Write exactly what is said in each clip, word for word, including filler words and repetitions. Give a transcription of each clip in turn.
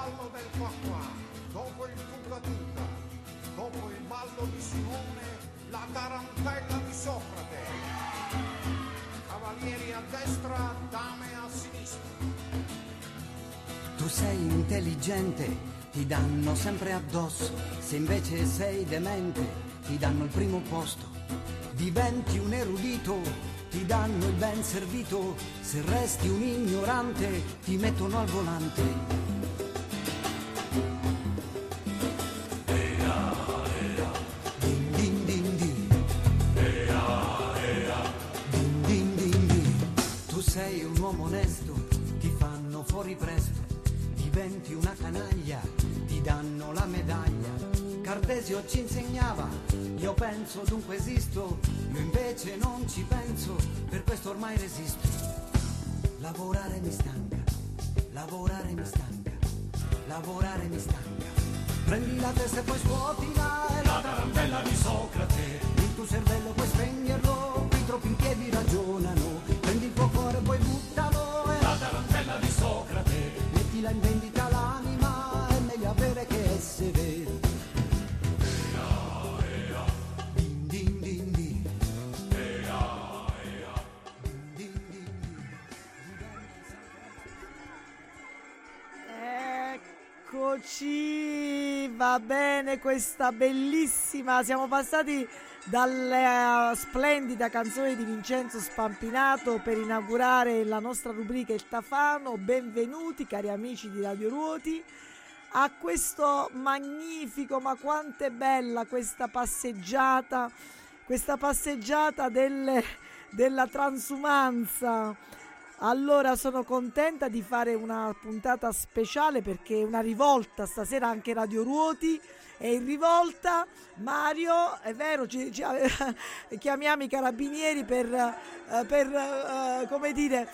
ballo del qua qua, dopo il tuca tuca, dopo il ballo di Simone, la tarantella di Socrate. Cavalieri a destra, dame a sinistra. Tu sei intelligente, ti danno sempre addosso, se invece sei demente, ti danno il primo posto. Diventi un erudito, ti danno il ben servito, se resti un ignorante, ti mettono al volante. Sei un uomo onesto, ti fanno fuori presto, diventi una canaglia, ti danno la medaglia. Cartesio ci insegnava, io penso dunque esisto, io invece non ci penso, per questo ormai resisto. Lavorare mi stanca, lavorare mi stanca, lavorare mi stanca. Prendi la testa e poi scuotila, è la tarantella di Socrate. Il tuo cervello puoi spegnerlo, qui troppi in piedi ragionano. Prendi il tuo cuore e poi buttalo, è la tarantella di Socrate. Mettila in vendita l'anima, è meglio avere che essere. Ea, ea. Din din din din. Ea, ea. Din din din din. Eccoci, va bene questa bellissima, siamo passati dalla splendida canzone di Vincenzo Spampinato per inaugurare la nostra rubrica Il Tafano. Benvenuti cari amici di Radio Ruoti a questo magnifico, ma quanto è bella questa passeggiata, questa passeggiata delle, della transumanza. Allora sono contenta di fare una puntata speciale perché è una rivolta, stasera anche Radio Ruoti è in rivolta. Mario, è vero, ci, ci, chiamiamo i carabinieri per, uh, per uh, come dire,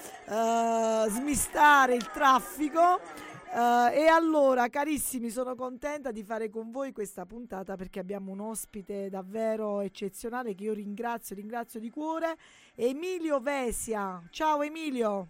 uh, smistare il traffico. Uh, e allora, carissimi, sono contenta di fare con voi questa puntata perché abbiamo un ospite davvero eccezionale che io ringrazio, ringrazio di cuore, Emilio Vesia. Ciao Emilio.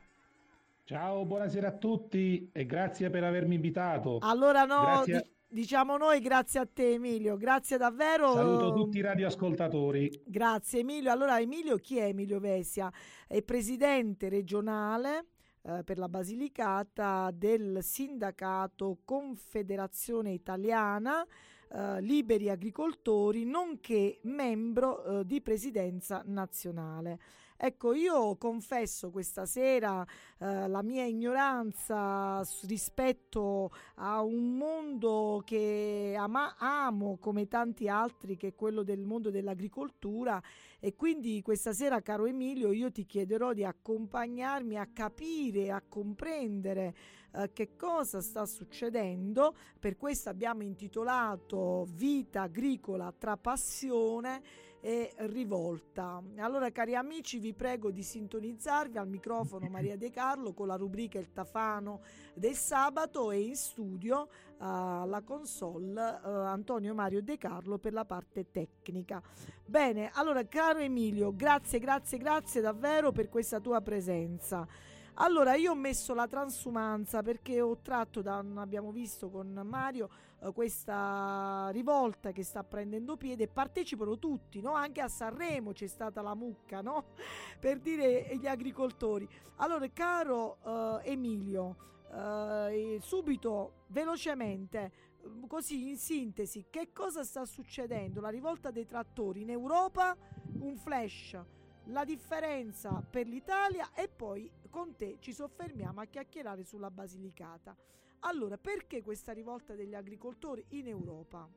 Ciao, buonasera a tutti e grazie per avermi invitato. Allora no, Grazie a- di- diciamo noi grazie a te Emilio, grazie davvero. Saluto tutti i radioascoltatori. Grazie Emilio. Allora Emilio, chi è Emilio Vesia? È presidente regionale eh, per la Basilicata del sindacato Confederazione Italiana eh, Liberi Agricoltori, nonché membro eh, di presidenza nazionale. Ecco, io confesso questa sera eh, la mia ignoranza s- rispetto a un mondo che ama- amo come tanti altri, che è quello del mondo dell'agricoltura, e quindi questa sera, caro Emilio, io ti chiederò di accompagnarmi a capire, a comprendere eh, che cosa sta succedendo. Per questo abbiamo intitolato Vita agricola tra passione e rivolta. Allora cari amici, vi prego di sintonizzarvi al microfono Maria De Carlo con la rubrica Il Tafano del sabato e in studio alla uh, console uh, Antonio Mario De Carlo per la parte tecnica. Bene, allora caro Emilio, grazie grazie grazie davvero per questa tua presenza. Allora io ho messo la transumanza perché ho tratto da, abbiamo visto con Mario, eh, questa rivolta che sta prendendo piede, e partecipano tutti, no? Anche a Sanremo c'è stata la mucca, no? Per dire gli agricoltori. Allora caro eh, Emilio, eh, subito, velocemente, così in sintesi, che cosa sta succedendo? La rivolta dei trattori in Europa, un flash, la differenza per l'Italia e poi con te ci soffermiamo a chiacchierare sulla Basilicata. Allora, perché questa rivolta degli agricoltori in Europa?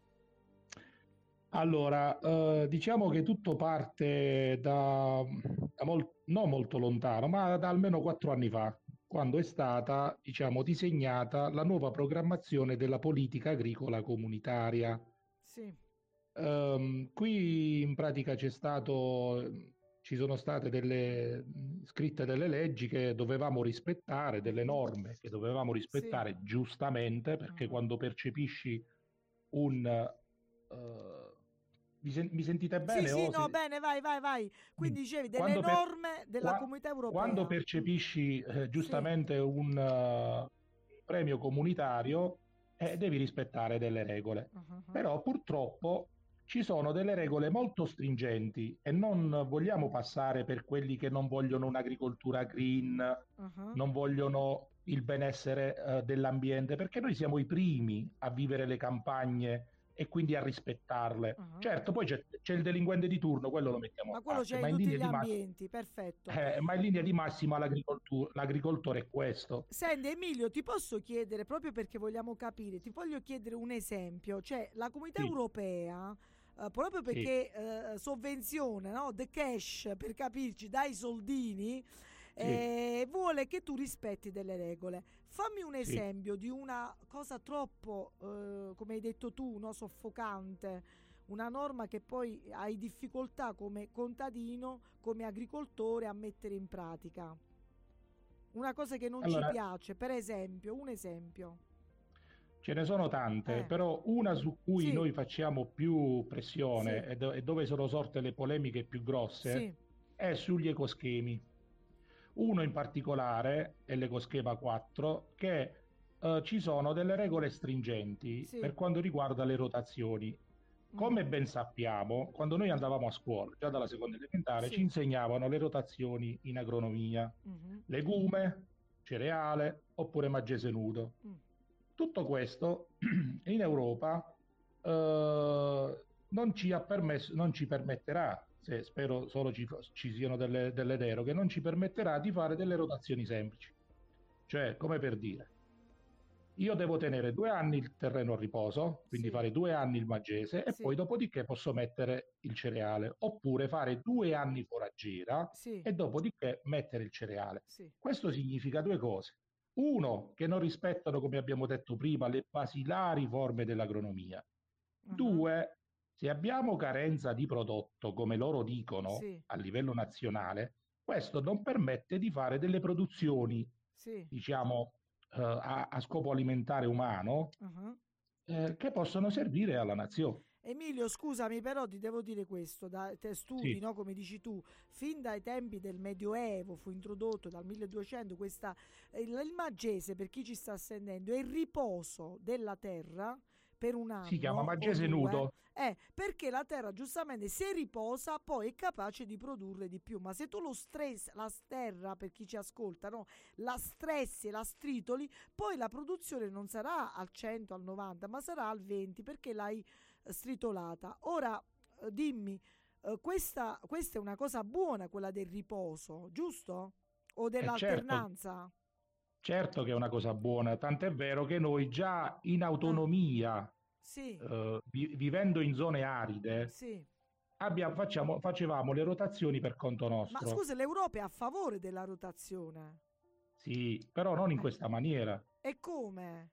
Allora, eh, diciamo che tutto parte da, da mol- non molto lontano, ma da almeno quattro anni fa, quando è stata, diciamo, disegnata la nuova programmazione della politica agricola comunitaria. Sì. Ehm, qui in pratica c'è stato, ci sono state delle scritte delle leggi che dovevamo rispettare, delle norme che dovevamo rispettare Sì. giustamente, perché Mhm. quando percepisci un... eh, mi, sen- mi sentite Sì, bene? sì, o no, se- bene, vai, vai, vai. Quindi dicevi delle Quando, per- norme della qua- Comunità quando Europea. percepisci eh, Sì, giustamente un, eh, premio comunitario, eh, devi rispettare delle regole. Uh-huh. Però purtroppo ci sono delle regole molto stringenti e non vogliamo passare per quelli che non vogliono un'agricoltura green, Uh-huh. non vogliono il benessere eh, dell'ambiente, perché noi siamo i primi a vivere le campagne e quindi a rispettarle. Uh-huh. Certo, poi c'è, c'è il delinquente di turno, quello lo mettiamo Ma a quello parte, c'è ma in in tutti linea gli di massima, ambienti, perfetto. eh, ma in linea di massima l'agricoltura, l'agricoltore è questo. Senti Emilio, ti posso chiedere, proprio perché vogliamo capire, ti voglio chiedere un esempio, cioè la comunità Sì. europea, eh, proprio Sì. perché eh, sovvenziona, no? The cash, per capirci, dai soldini, eh, vuole che tu rispetti delle regole. Fammi un Sì. esempio di una cosa troppo, eh, come hai detto tu, no? Soffocante, una norma che poi hai difficoltà come contadino, come agricoltore a mettere in pratica. Una cosa che non Allora, ci piace, per esempio, un esempio. ce ne sono tante, Eh. però una su cui Sì. noi facciamo più pressione Sì. e, do- e dove sono sorte le polemiche più grosse Sì. è sugli ecoschemi. Uno in particolare è l'ecoschema quattro, che eh, ci sono delle regole stringenti Sì. per quanto riguarda le rotazioni. Come Mm. ben sappiamo, quando noi andavamo a scuola, già dalla seconda elementare, Sì. ci insegnavano le rotazioni in agronomia, Mhm. legume, cereale oppure magese nudo. Mm. Tutto questo in Europa eh, non ci ha permesso, non ci permetterà, se spero solo ci, ci siano delle, delle deroghe, non ci permetterà di fare delle rotazioni semplici. Cioè, come per dire, io devo tenere due anni il terreno a riposo, quindi Sì. fare due anni il magese e Sì. poi dopodiché posso mettere il cereale, oppure fare due anni foraggera Sì. e dopodiché mettere il cereale. Sì. Questo significa due cose. Uno, che non rispettano, come abbiamo detto prima, le basilari forme dell'agronomia. Uh-huh. Due, se abbiamo carenza di prodotto, come loro dicono, Sì. a livello nazionale, questo non permette di fare delle produzioni, Sì. diciamo, eh, a, a scopo alimentare umano, Uh-huh. eh, che possono servire alla nazione. Emilio, scusami, però ti devo dire questo, da te studi, Sì. no, come dici tu, fin dai tempi del Medioevo fu introdotto dal milleduecento questa, il, il magese, per chi ci sta sentendo, è il riposo della terra per un anno Si chiama o magese due, nudo. eh, perché la terra giustamente se riposa poi è capace di produrre di più, ma se tu lo stress, la terra, per chi ci ascolta, no, la stressi e la stritoli, poi la produzione non sarà al cento, al novanta, ma sarà al venti, perché l'hai stritolata. Ora eh, dimmi, eh, questa, questa è una cosa buona, quella del riposo, giusto? O dell'alternanza? Certo che è una cosa buona, tant'è vero che noi già in autonomia, Sì, eh, vi- vivendo in zone aride, sì. abbiamo- facciamo- facevamo le rotazioni per conto Ma nostro. scusa, l'Europa è a favore della rotazione. Sì, però non in questa maniera. E come?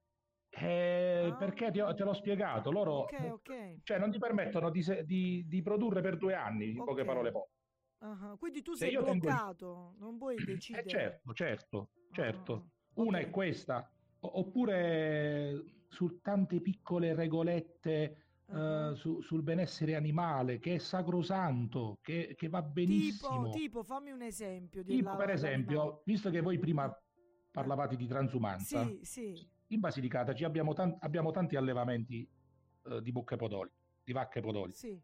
Eh, Ah. perché ti ho- te l'ho spiegato, loro Ok, ok. cioè, non ti permettono di, se- di- di produrre per due anni, in poche Ok. parole poche. Ah, quindi tu Se sei io tengo il- bloccato, non puoi Eh decidere. certo, certo, certo. Ah, Una ok. è questa, O- oppure su tante piccole regolette Ah. eh, su- sul benessere animale, che è sacrosanto, che, che va Tipo, benissimo. tipo, fammi un esempio Tipo, della- per esempio, dell'animale. visto che voi prima parlavate di transumanza, Sì, sì. in Basilicata ci abbiamo, tan- abbiamo tanti allevamenti eh, di bucche podoli, di vacche podoli. Sì.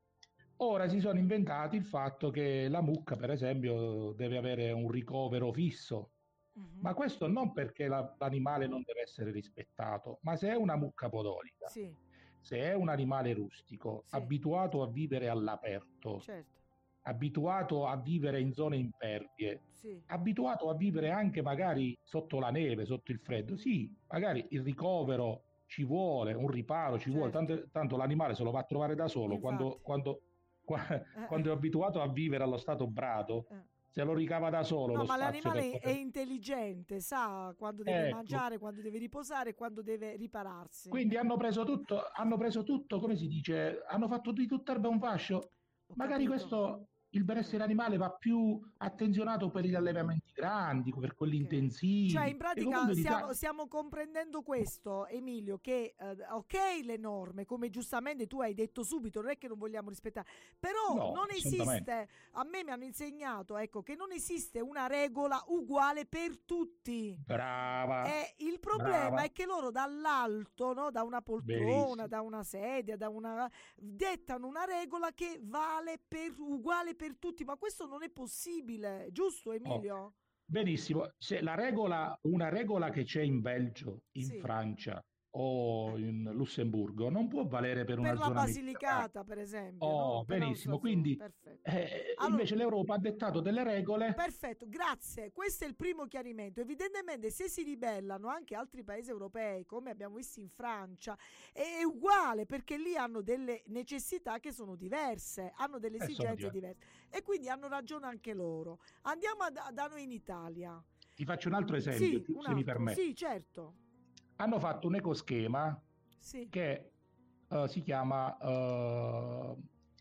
Ora si sono inventati il fatto che la mucca, per esempio, deve avere un ricovero fisso, Mhm. ma questo non perché la- l'animale non deve essere rispettato, ma se è una mucca podolica, Sì, se è un animale rustico, Sì. abituato a vivere all'aperto, certo. abituato a vivere in zone impervie, Sì. abituato a vivere anche magari sotto la neve, sotto il freddo, sì, magari il ricovero ci vuole, un riparo ci vuole, Certo. tanto, tanto l'animale se lo va a trovare da solo, quando, Infatti. quando, qua- Eh. quando è abituato a vivere allo stato brado, Eh. se lo ricava da solo No, lo ma spazio per l'animale è poter... intelligente, sa quando deve Ecco. mangiare, quando deve riposare, quando deve ripararsi. Quindi hanno preso tutto, hanno preso tutto, come si dice, hanno fatto di tutta erba un fascio. Ho Magari capito. questo, il benessere animale va più attenzionato per gli allevamenti grandi, per quelli Ok. intensivi. Cioè, in E pratica comunque di stiamo, ta- stiamo comprendendo questo, Emilio, che eh, ok le norme, come giustamente tu hai detto subito, non è che non vogliamo rispettare, però No, non assolutamente. esiste, a me mi hanno insegnato, ecco, che non esiste una regola uguale per tutti. Brava. E il Brava. problema brava. è che loro dall'alto, no, da una poltrona, Benissimo. da una sedia, da una dettano una regola che vale per uguale per tutti, ma questo non è possibile, giusto Oh, Emilio? benissimo. Se la regola, una regola che c'è in Belgio, in Sì. Francia o Eh. in Lussemburgo non può valere per Per una la zona mediterranea. Basilicata, per esempio, Oh, no? Per la nostra benissimo. zona. Quindi Perfetto. eh, Allora, invece l'Europa ha dettato delle regole. perfetto, grazie. Questo è il primo chiarimento. Evidentemente, se si ribellano anche altri paesi europei, come abbiamo visto in Francia, è uguale perché lì hanno delle necessità che sono diverse, hanno delle Eh, sono esigenze diverse. diverse e quindi hanno ragione anche loro. Andiamo a- da, da noi in Italia. Ti faccio un altro esempio, Sì, ti- un se mi altro. permetti. Sì, certo. Hanno fatto un ecoschema Sì. che eh, si chiama eh,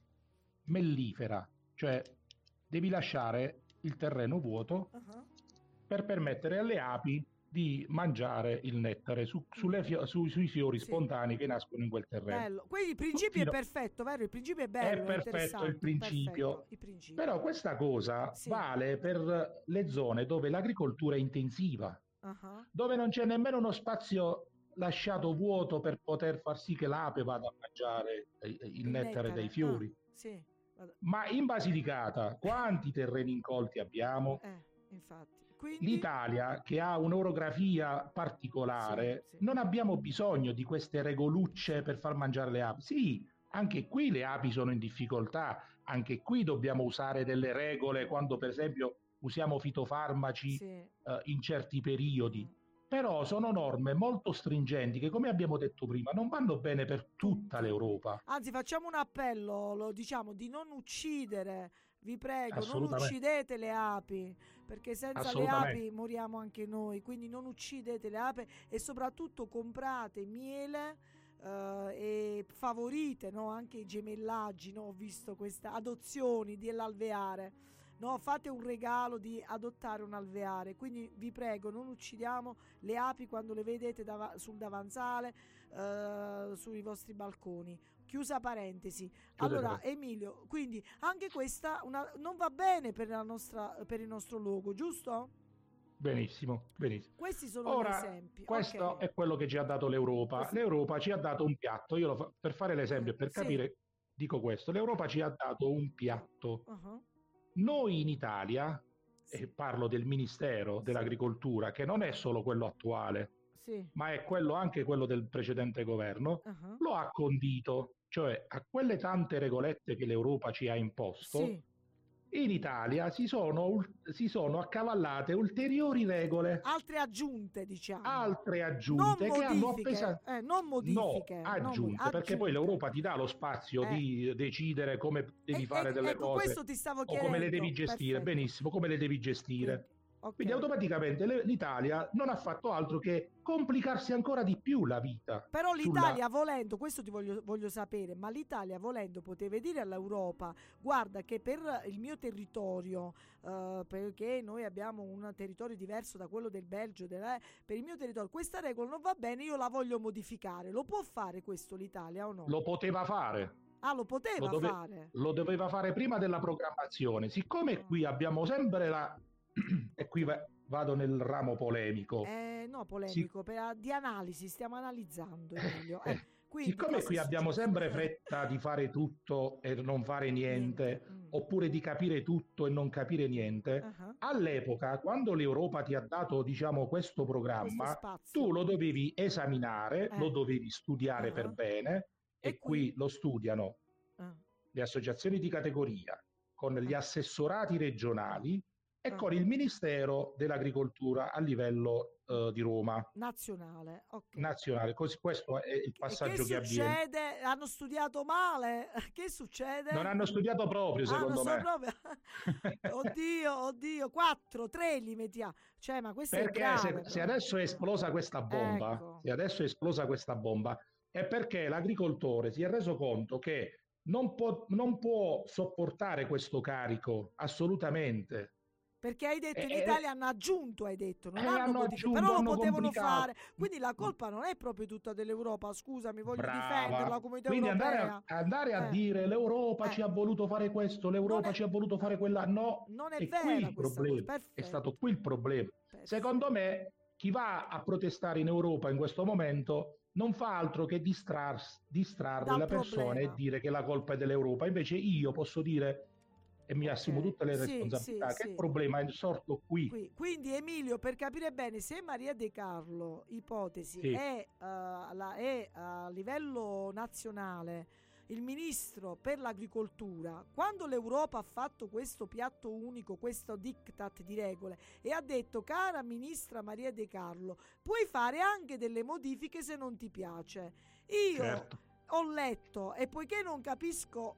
mellifera, cioè devi lasciare il terreno vuoto Uh-huh. per permettere alle api di mangiare il nettare su- sulle fio- su- sui fiori Sì. spontanei che nascono in quel terreno. Bello. Quindi il principio Fino- è perfetto, vero? Il principio è È bello, è perfetto interessante. il principio, Perfetto, il principio. però questa cosa Sì. vale per le zone dove l'agricoltura è intensiva, Uh-huh. dove non c'è nemmeno uno spazio lasciato vuoto per poter far sì che l'ape vada a mangiare eh, il, Il nettare dei nettare. fiori. Ah, sì. Vado- Ma in Basilicata quanti terreni incolti abbiamo? Eh, infatti. Quindi L'Italia, che ha un'orografia particolare, Sì, sì. non abbiamo bisogno di queste regolucce per far mangiare le api. Sì, anche qui le api sono in difficoltà, anche qui dobbiamo usare delle regole quando per esempio usiamo fitofarmaci sì. eh, in certi periodi. Mm. Però sono norme molto stringenti che, come abbiamo detto prima, non vanno bene per tutta Tutti. l'Europa. Anzi, facciamo un appello, lo diciamo, di non uccidere, vi prego, non Assolutamente. uccidete le api, perché senza le Assolutamente. api moriamo anche noi, quindi non uccidete le api e soprattutto comprate miele eh, e favorite, no, anche i gemellaggi, no? Ho visto queste adozioni dell'alveare. No, fate un regalo di adottare un alveare, quindi vi prego non uccidiamo le api quando le vedete dava- sul davanzale, eh, sui vostri balconi. Chiusa parentesi. Chiusa Allora parentesi. Emilio, quindi anche questa una- non va bene per, la nostra, per il nostro logo, giusto? Benissimo, benissimo. Questi sono gli Ora, esempi. questo Ok. è quello che ci ha dato l'Europa. Questo- L'Europa ci ha dato un piatto. Io lo fa- per fare l'esempio e per Sì. capire, dico questo: l'Europa ci ha dato un piatto. Uh-huh. Noi in Italia, Sì. e parlo del Ministero dell'Agricoltura, che non è solo quello attuale, Sì. ma è quello anche quello del precedente governo, Uh-huh. lo ha condito, cioè a quelle tante regolette che l'Europa ci ha imposto. Sì. In Italia si sono, ul- si sono accavallate ulteriori regole, Altre aggiunte, diciamo. altre Non aggiunte che hanno modifiche, appesa- eh, non modifiche, no, non mo- aggiunte, perché poi aggiunte. l'Europa ti dà lo spazio Eh. di decidere come devi E- fare e- delle ecco, cose questo ti stavo o chiedendo. come le devi gestire. Perfetto. Benissimo, come le devi gestire. Quindi, ok. Quindi automaticamente le- l'Italia non ha fatto altro che complicarsi ancora di più la vita. Però sulla- l'Italia volendo, questo ti voglio, voglio sapere, ma l'Italia volendo poteva dire all'Europa: guarda che per il mio territorio, eh, perché noi abbiamo un territorio diverso da quello del Belgio, della- per il mio territorio questa regola non va bene, io la voglio modificare. Lo può fare questo l'Italia o no? Lo poteva fare. ah, lo poteva Lo, dove- fare. lo doveva fare prima della programmazione. Siccome qui abbiamo sempre la... e qui va- vado nel ramo polemico. Eh, no, polemico, per- di analisi, stiamo analizzando, Emilio. Eh, quindi, Siccome cosa qui è abbiamo successo? sempre fretta di fare tutto e non fare niente, Mm. oppure di capire tutto e non capire niente, Ah, all'epoca, quando l'Europa ti ha dato, diciamo, questo questo programma, spazio. tu lo dovevi esaminare, Eh. lo dovevi studiare Ah. per bene, E e qui qui- lo studiano Ah, le associazioni di categoria, con gli Ah. assessorati regionali e Ah. con il Ministero dell'Agricoltura a livello eh, di Roma nazionale, ok. nazionale. Così, questo è il E passaggio che che avviene. succede? Hanno studiato male? Che succede? Non hanno studiato proprio, Ah, non secondo so me. proprio. Oddio, oddio, quattro, tre li mettiamo. Cioè, ma questo è Perché grave. se, però. se adesso è esplosa questa bomba, Ecco. se adesso è esplosa questa bomba, è perché l'agricoltore si è reso conto che non può, non può sopportare questo carico assolutamente. Perché hai detto in Eh, Italia hanno aggiunto, hai detto, non eh, hanno hanno modificato, aggiunto, però lo hanno potevano complicato. fare. Quindi la colpa non è proprio tutta dell'Europa, scusami, voglio Brava. difendere la comunità Quindi andare europea. a, andare a Eh. dire l'Europa Eh. ci ha voluto fare questo, l'Europa Non è- ci ha voluto fare quella, no, Non è è vera qui il questa problema, cosa, è perfetto. stato qui il problema. Perfetto. Secondo me chi va a protestare in Europa in questo momento non fa altro che distrar, distrarre Dal le persone problema. e dire che la colpa è dell'Europa. Invece io posso dire, e mi Ok, assumo tutte le sì, responsabilità, sì, che sì. il problema è sorto qui. Qui. Quindi Emilio, per capire bene, se Maria De Carlo, ipotesi, Sì. è, uh, la, è uh, a livello nazionale il ministro per l'agricoltura, quando l'Europa ha fatto questo piatto unico, questo diktat di regole, e ha detto: cara ministra Maria De Carlo, puoi fare anche delle modifiche se non ti piace. Io Certo. ho letto, e poiché non capisco,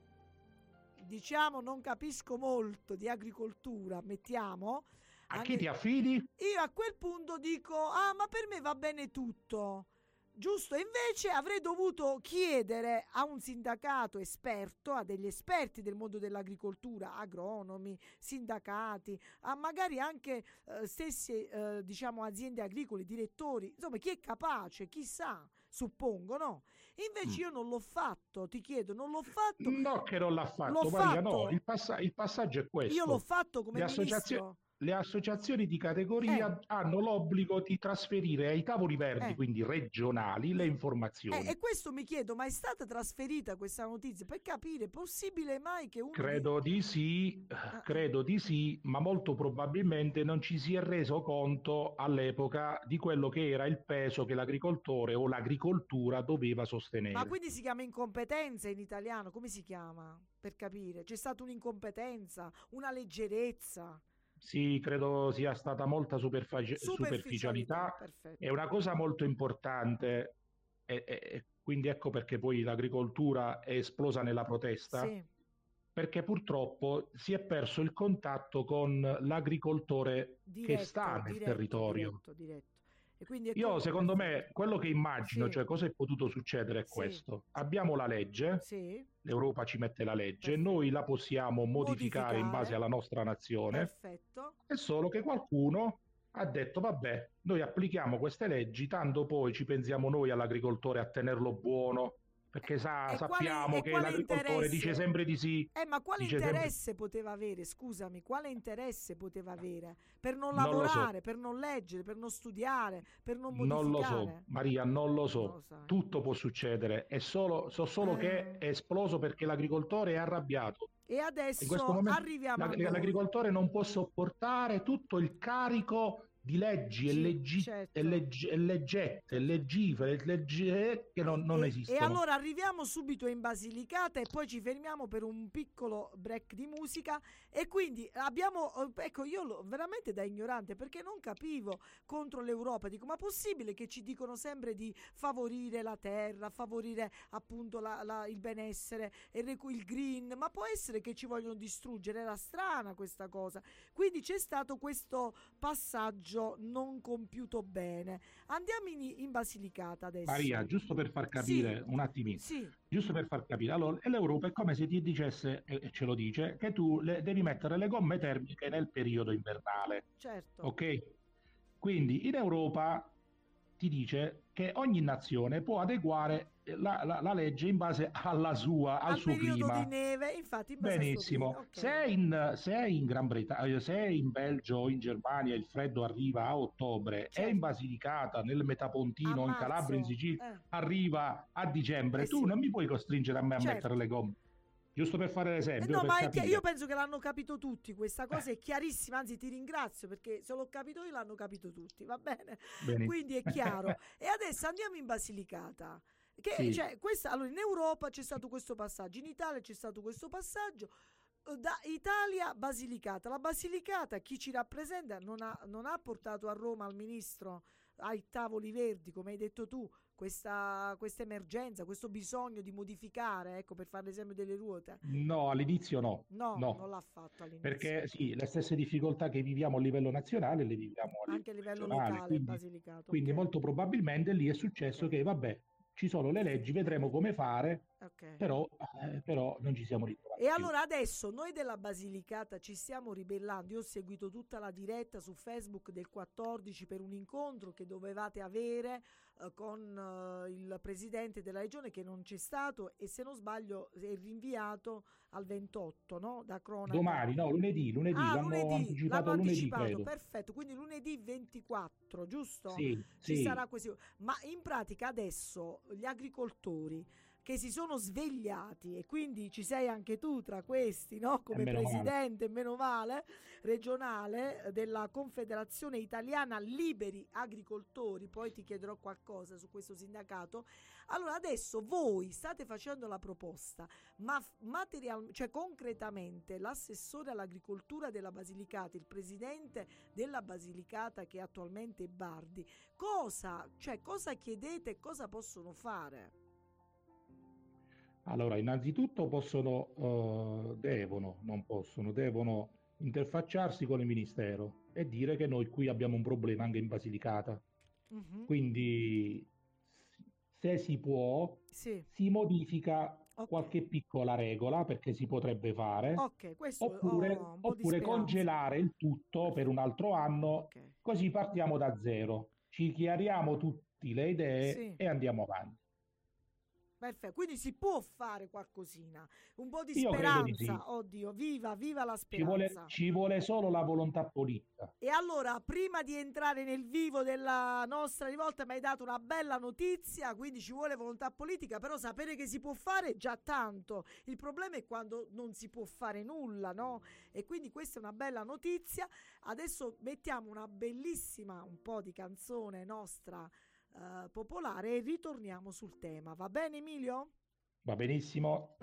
diciamo non capisco molto di agricoltura, mettiamo, A anche- chi ti affidi? io a quel punto dico: ah, ma per me va bene tutto, giusto? Invece avrei dovuto chiedere a un sindacato esperto, a degli esperti del mondo dell'agricoltura, agronomi, sindacati, a magari anche eh, stesse eh, diciamo aziende agricole, direttori, insomma chi è capace, chi sa, suppongo, no? Invece io non l'ho fatto, ti chiedo, non l'ho fatto. No, che non l'ha fatto, L'ho Maria, fatto. no, il, passa- il passaggio è questo. Io l'ho fatto come Le associazio- ministro. le associazioni di categoria Eh. hanno l'obbligo di trasferire ai tavoli verdi, Eh. quindi regionali, le informazioni. Eh, e questo mi chiedo, ma è stata trasferita questa notizia per capire, è possibile mai che uno Credo di sì, Ah. credo di sì, ma molto probabilmente non ci si è reso conto all'epoca di quello che era il peso che l'agricoltore o l'agricoltura doveva sostenere. Ma quindi si chiama incompetenza in italiano? Come si chiama? Per capire, c'è stata un'incompetenza, una leggerezza, Sì, credo sia stata molta superfaci- superficialità, superficialità. perfetto. È una cosa molto importante e, e- e quindi ecco perché poi l'agricoltura è esplosa nella protesta, Sì, perché purtroppo si è perso il contatto con l'agricoltore diretto, che sta nel diretto, territorio. diretto, diretto. E quindi Io, ecco, secondo perfetto. me, quello che immagino, Sì. cioè cosa è potuto succedere è Sì. questo. Abbiamo la legge, Sì, l'Europa ci mette la legge, perfetto. noi la possiamo modificare in Modificare. base alla nostra nazione. Perfetto. È solo che qualcuno ha detto: vabbè, noi applichiamo queste leggi, tanto poi ci pensiamo noi all'agricoltore a tenerlo buono, perché sa, E quale- sappiamo e che quale l'agricoltore interesse? dice sempre di sì. Eh, ma quale dice sempre- interesse poteva avere? Scusami, quale interesse poteva avere? Per non Non lo so. lavorare, per non leggere, per non studiare, per non Non lo modificare? so, Maria, non lo so. Non lo sai. Tutto può succedere. È solo, so solo Eh. che è esploso perché l'agricoltore è arrabbiato. E In questo adesso momento arriviamo a l'ag- noi. l'agricoltore non può sopportare tutto il carico di leggi e, Sì, leggi- certo. e legge- e leggette, e leggifere, e legge- che non, non e, esistono. E allora arriviamo subito in Basilicata e poi ci fermiamo per un piccolo break di musica. E quindi abbiamo, ecco, io lo- veramente da ignorante, perché non capivo contro l'Europa, dico: ma possibile che ci dicono sempre di favorire la terra, favorire appunto la- la- il benessere, il, recu- il green, ma può essere che ci vogliono distruggere? Era strana questa cosa. Quindi c'è stato questo passaggio non compiuto bene. Andiamo in, in Basilicata adesso. Maria, giusto per far capire Sì. un attimino, Sì, giusto per far capire, allora l'Europa è come se ti dicesse, e ce lo dice, che tu le- devi mettere le gomme termiche nel periodo invernale, certo. ok? Quindi in Europa ti dice che ogni nazione può adeguare la, la- la legge in base alla sua, al, Al suo periodo clima. di neve, infatti in base al suo Benissimo. clima, ok. Se è in, se è in Gran Bretagna, se è in Belgio o in Germania il freddo arriva a ottobre, Certo. è in Basilicata, nel Metapontino, A in Calabria, in marzo, Sicilia, eh. arriva a dicembre, Eh tu sì. non mi puoi costringere a me a Certo. mettere le gomme. Giusto per fare Eh l'esempio, no, per ma è chi- capire. io penso che l'hanno capito tutti, questa cosa è chiarissima, anzi ti ringrazio perché se l'ho capito io l'hanno capito tutti, va bene? Benissimo. Quindi è chiaro. E adesso andiamo in Basilicata. Che, Sì. cioè, questa, allora, in Europa c'è stato questo passaggio, in Italia c'è stato questo passaggio. eh, Da Italia Basilicata. La Basilicata, chi ci rappresenta, non ha, non ha portato a Roma al ministro ai tavoli verdi, come hai detto tu, questa, questa emergenza, questo bisogno di modificare, ecco, per fare l'esempio delle ruote. No, all'inizio no. No, No. non l'ha fatto all'inizio. Perché sì, le stesse difficoltà che viviamo a livello nazionale le viviamo a Anche a livello regionale, locale, quindi, Basilicata. quindi ok. molto probabilmente lì è successo Ok. che vabbè, ci sono le leggi, vedremo come fare, Ok. però, eh, però non ci siamo ritrovati. E più. allora adesso noi della Basilicata ci stiamo ribellando. Io ho seguito tutta la diretta su Facebook del quattordici per un incontro che dovevate avere eh, con eh, il presidente della regione, che non c'è stato, e se non sbaglio è rinviato al ventotto, no? Da cronaca. Domani, no, lunedì, lunedì, Ah, l'hanno lunedì, anticipato l'hanno a lunedì, anticipato, credo. perfetto, quindi lunedì ventiquattro quattro, giusto? Sì, Ci sì. sarà questo. Ma in pratica adesso gli agricoltori che si sono svegliati, e quindi ci sei anche tu tra questi, no? Come meno male. presidente, meno male, regionale della Confederazione Italiana Liberi Agricoltori, poi ti chiederò qualcosa su questo sindacato. Allora adesso voi state facendo la proposta, ma material, cioè concretamente l'assessore all'agricoltura della Basilicata, il presidente della Basilicata che attualmente è Bardi, cosa, cioè cosa chiedete e cosa possono fare? Allora, innanzitutto possono, eh, devono, non possono, devono interfacciarsi con il Ministero e dire che noi qui abbiamo un problema anche in Basilicata. Mhm. Quindi, se si può, Sì, si modifica ok. qualche piccola regola perché si potrebbe fare, Ok, questo ho oppure, un po' di oppure speranza. congelare il tutto per un altro anno, Ok. così partiamo da zero, ci chiariamo tutte le idee Sì. e andiamo avanti. Perfetto, quindi si può fare qualcosina, un po' di Io credo di sì. speranza, oddio, viva, viva la Ci vuole, speranza. ci vuole solo la volontà politica. E allora, prima di entrare nel vivo della nostra rivolta, mi hai dato una bella notizia, quindi ci vuole volontà politica, però sapere che si può fare è già tanto. Il problema è quando non si può fare nulla, no? E quindi questa è una bella notizia. Adesso mettiamo una bellissima, un po' di canzone nostra eh, popolare e ritorniamo sul tema. Va bene, Emilio? Va benissimo?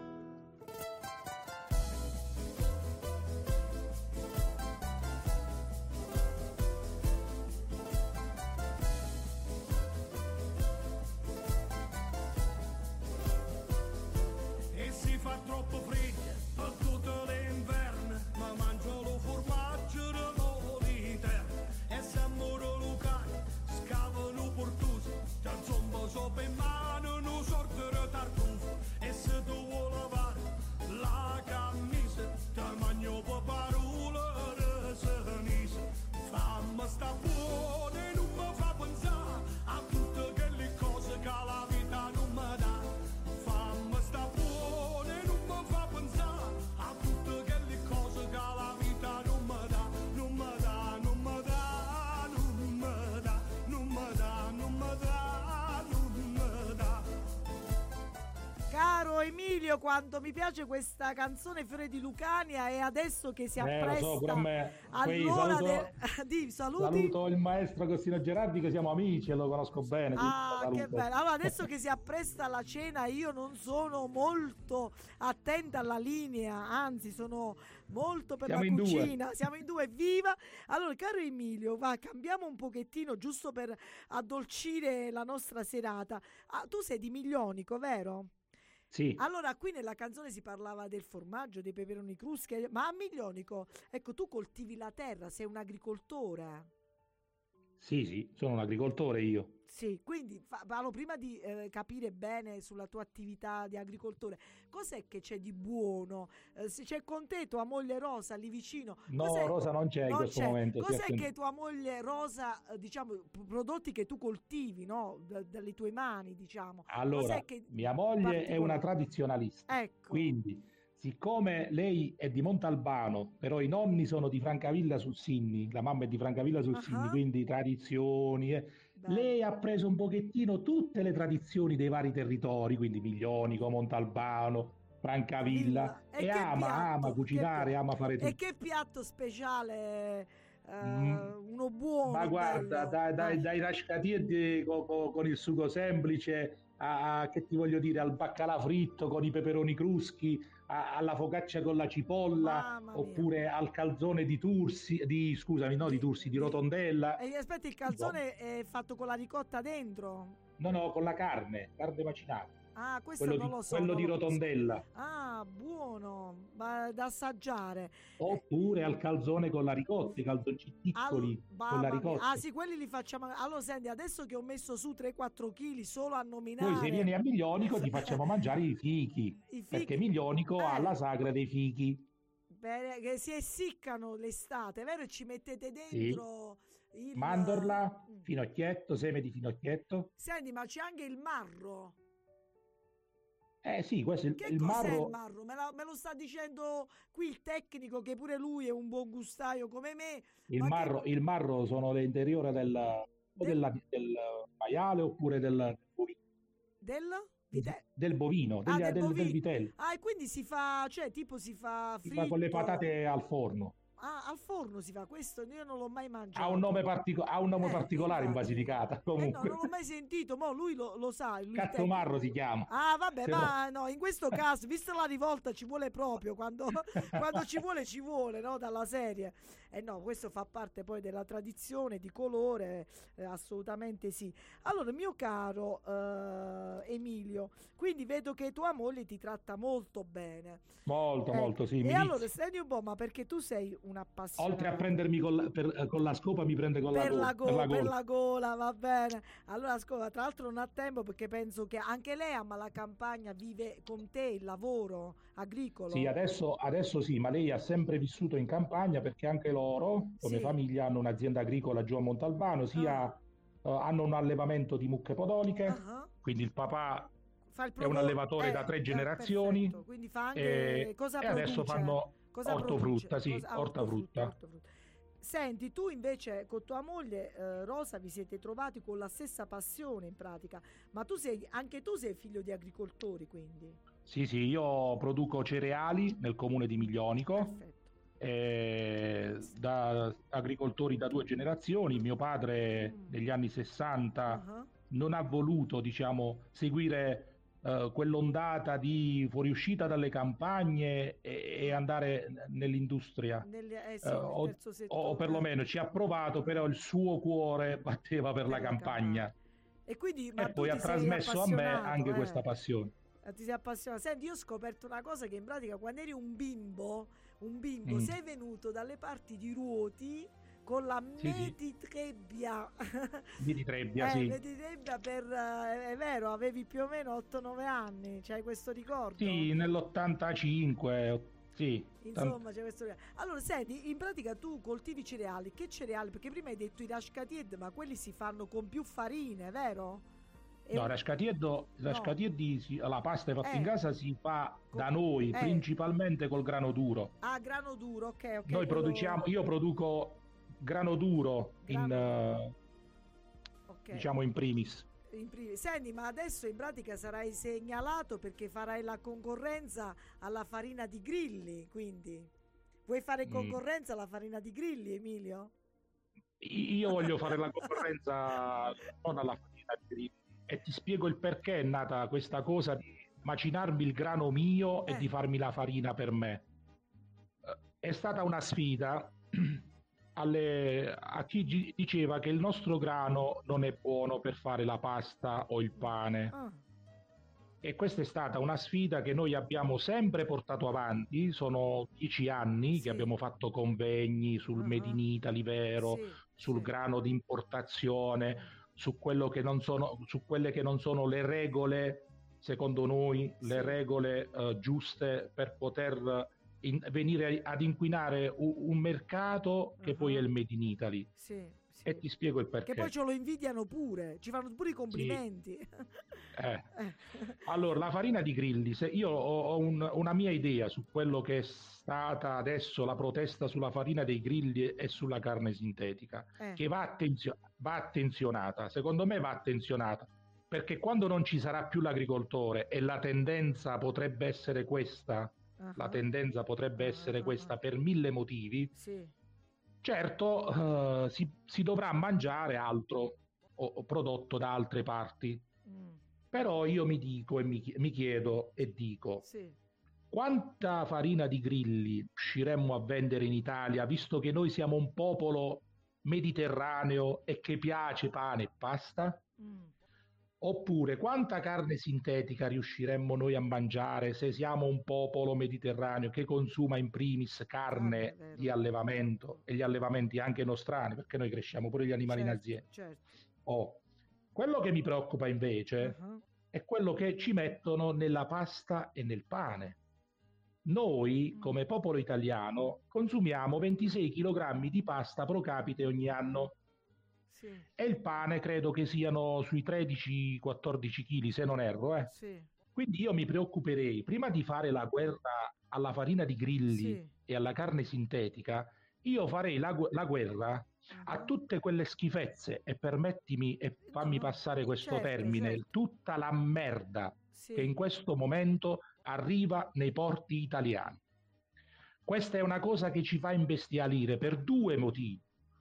E si fa troppo freddo per tutto l'inverno, ma mangio lo formaggio di terra e se muro lucano, scavano portusi, ti zombo sopra in mano, non sortero tartufo e se tu vuoi lavare la camisa, ti magno per parole di sinistra, fammi sta buona e non mi fa pensare a tutte quelle cose che la vita non mi dà. Fammi sta buona e non mi fa pensare a tutte quelle cose che la vita non mi dà, non mi dà, non mi dà, non mi dà, non mi dà, non mi dà, non mi dà. Caro Emilio, quanto mi piace questa canzone Fiore di Lucania, e adesso che si Eh, lo appresta so, pure a me. Poi all'ora saluto, del... Di, saluti. saluto il maestro Costino Gerardi, che siamo amici e lo conosco bene. quindi lo Ah, saluto. che bello. Allora, adesso che si appresta la cena, io non sono molto attenta alla linea, anzi sono molto per Siamo la in due. cucina. Siamo in due, viva! Allora, caro Emilio, va, cambiamo un pochettino giusto per addolcire la nostra serata. Ah, tu sei di Miglionico, vero? Sì, Allora, qui nella canzone si parlava del formaggio, dei peperoni cruschi, ma a Miglionico, ecco, tu coltivi la terra, sei un agricoltore. sì, sì, sono un agricoltore io. Sì, quindi fa- parlo prima di eh, capire bene sulla tua attività di agricoltore. Cos'è che c'è di buono? Eh, se c'è con te tua moglie Rosa lì vicino. No, Cos'è- Rosa non c'è in non questo c'è. momento. si è Cos'è attento. che tua moglie Rosa, eh, diciamo, p- prodotti che tu coltivi, no? Da- dalle tue mani, diciamo. Allora, Cos'è che mia moglie è una particolare? tradizionalista, Ecco. quindi siccome lei è di Montalbano, però i nonni sono di Francavilla sul Sinni, la mamma è di Francavilla sul Sinni, Ah, quindi tradizioni. eh. bello. Lei ha preso un pochettino tutte le tradizioni dei vari territori, quindi Miglionico, Montalbano, Francavilla, Villa. E e che ama, piatto? ama Che cucinare, pi- ama fare E tutto. che piatto speciale, eh, Mm, uno buono, Ma guarda, bello. dai, dai, Vai. dai rascatieri co- co- con il sugo semplice, a, a- che ti voglio dire, al baccalà fritto con i peperoni cruschi, a- alla focaccia con la cipolla, Mamma mia. oppure al calzone di Tursi, di, scusami, no, di Tursi, di Rotondella. E aspetta, il calzone è fatto con la ricotta dentro? No, no, con la carne, carne macinata, Ah, questo quello non di, lo so, quello non di lo conosco. Rotondella. Ah, buono, ma da assaggiare. Oppure al calzone con la ricotta, i calzoncini Al- piccoli con la mamma mia. ricotta. Ah sì, quelli li facciamo. Allora senti, adesso che ho messo su tre quattro chili solo a Poi se nominare vieni a Miglionico ti facciamo mangiare i fichi, i perché fichi, Miglionico ha eh, la sagra dei fichi. per- che si essiccano l'estate, vero? E ci mettete Sì. dentro il... Mandorla, Mm. finocchietto, seme di finocchietto. Senti, ma c'è anche il marro. Eh sì, questo è il, Che il cos'è il marro. marro? Me, la- me lo sta dicendo qui il tecnico, che pure lui è un buon gustaio come me. Il Ma che... marro, il marro sono l'interiore del, o Del, della- del maiale oppure del, del, vite- del bovino, ah, degli- del del, del bovino. vitello. Ah, e quindi si fa, cioè, tipo si fa Si fa con le fritto. patate al forno. Ah, al forno si fa questo, io non l'ho mai Ha un mangiato. nome, partico- ha un nome Eh, particolare in infatti. Basilicata, Eh no, non comunque. l'ho mai sentito, mo lui lo, lo sa, lui il tecnico. Cazzomarro si chiama. Ah, vabbè, Se no- ma no, in questo caso, vista la rivolta, ci vuole proprio, quando, quando ci vuole, ci vuole, no, dalla serie. E no, questo fa parte poi della tradizione di colore, eh, assolutamente sì. Allora, mio caro eh, Emilio, quindi vedo che tua moglie ti tratta molto bene. Molto, Eh, molto, sì. e Mi allora, dice. senti un po', ma perché tu sei un appassionato? Oltre a prendermi con la, per- eh, con la scopa, mi prende con la Per gola. la, per go- la per gola. la gola, va bene. Allora, scusa, tra l'altro non ha tempo perché penso che anche lei ama la campagna, vive con te il lavoro agricolo. Sì, adesso, adesso sì, ma lei ha sempre vissuto in campagna perché anche loro, come Sì. famiglia, hanno un'azienda agricola giù a Montalbano, sia Ah. eh, hanno un allevamento di mucche podoliche, Ah. quindi il papà Fa il è un prodo- allevatore eh, da tre eh, generazioni perfetto. Quindi fa anche e, cosa e adesso produce? fanno Cosa ortofrutta, produce? sì, Cosa- ah, ortofrutta. ortofrutta. Senti, tu invece con tua moglie eh, Rosa vi siete trovati con la stessa passione in pratica, ma tu sei anche tu sei figlio di agricoltori, quindi. Sì, sì, io produco cereali nel comune di Miglionico, Perfetto. eh, da agricoltori da due generazioni. Mio padre Mm. negli anni sessanta Ah. non ha voluto, diciamo, seguire eh, quell'ondata di fuoriuscita dalle campagne e, e andare nell'industria. Nel, eh sì, Eh, nel o, terzo o settore. perlomeno ci ha provato, però il suo cuore batteva per, Per la la campagna E quindi, ma e tu poi ti ha sei trasmesso a me appassionato, anche eh? questa passione. Eh, Ti sei appassionato. Senti, io ho scoperto una cosa che in pratica quando eri un bimbo, un bimbo, Mm. sei venuto dalle parti di Ruoti con la Sì, sì. Meditrebbia. Di di Trebbia, Eh, sì. Meditrebbia per, eh, è vero, avevi più o meno otto nove anni, c'hai questo ricordo? Sì, nell'ottantacinque, sì. Insomma, c'è questo. Allora, senti, in pratica tu coltivi cereali. Che cereali? Perché prima hai detto i rascatied, ma quelli si fanno con più farine, vero? E No, un- rascatieddo, No. rascatieddi, si- la pasta fatta Eh. in casa si fa Con- da noi, eh. principalmente col grano duro. Ah, grano duro, ok, ok. Noi quello- produciamo, io produco grano duro in, Grano eh, ok. diciamo in primis. In primis. Senti, ma adesso in pratica sarai segnalato perché farai la concorrenza alla farina di grilli, quindi. Vuoi fare Mm. concorrenza alla farina di grilli, Emilio? I- Io voglio fare la concorrenza non alla farina di grilli e ti spiego il perché è nata questa cosa di macinarmi il grano mio Eh. e di farmi la farina per me. Eh, È stata una sfida alle- a chi gi- diceva che il nostro grano non è buono per fare la pasta o il pane. Ah, E questa è stata una sfida che noi abbiamo sempre portato avanti. Sono dieci anni Sì. che abbiamo fatto convegni sul Ah, Made in Italy vero, sì, sul sì. grano di importazione, su quello che non sono, su quelle che non sono le regole, secondo noi, le Sì. regole eh, giuste per poter in- venire ad inquinare u- un mercato che poi è il Made in Italy. Sì, sì. E ti spiego il perché. Che poi ce lo invidiano pure, ci fanno pure i complimenti. Eh. Eh. Allora, la farina di grilli, se io ho, ho un- una mia idea su quello che è stata adesso la protesta sulla farina dei grilli e sulla carne sintetica, Eh. che va, attenzio- va attenzionata, secondo me va attenzionata, perché quando non ci sarà più l'agricoltore e la tendenza potrebbe essere questa, Ah, la tendenza potrebbe Ah, essere ah, questa ah. per mille motivi, Sì. certo eh, si, si dovrà mangiare altro o, o prodotto da altre parti. Mm, Però io mi dico e mi, chi- mi chiedo e dico, sì. quanta farina di grilli riusciremmo a vendere in Italia, visto che noi siamo un popolo mediterraneo e che piace pane e pasta? Mm. Oppure quanta carne sintetica riusciremmo noi a mangiare se siamo un popolo mediterraneo che consuma in primis Carne, carne vero. di allevamento e gli allevamenti anche nostrani, perché noi cresciamo pure gli animali in Certo, azienda. certo. Oh, quello che mi preoccupa invece Ah, è quello che ci mettono nella pasta e nel pane. Noi, Mm. come popolo italiano, consumiamo ventisei chilogrammi di pasta pro capite ogni anno sì, e il pane credo che siano sui tredici quattordici chili, se non erro. Eh. sì, Quindi io mi preoccuperei, prima di fare la guerra alla farina di grilli sì. e alla carne sintetica, io farei la, gu- la guerra a Ah. tutte quelle schifezze e permettimi e No, fammi no, passare questo certo, termine, certo. tutta la merda che Sì. in questo momento arriva nei porti italiani. Questa è una cosa che ci fa imbestialire per due motivi.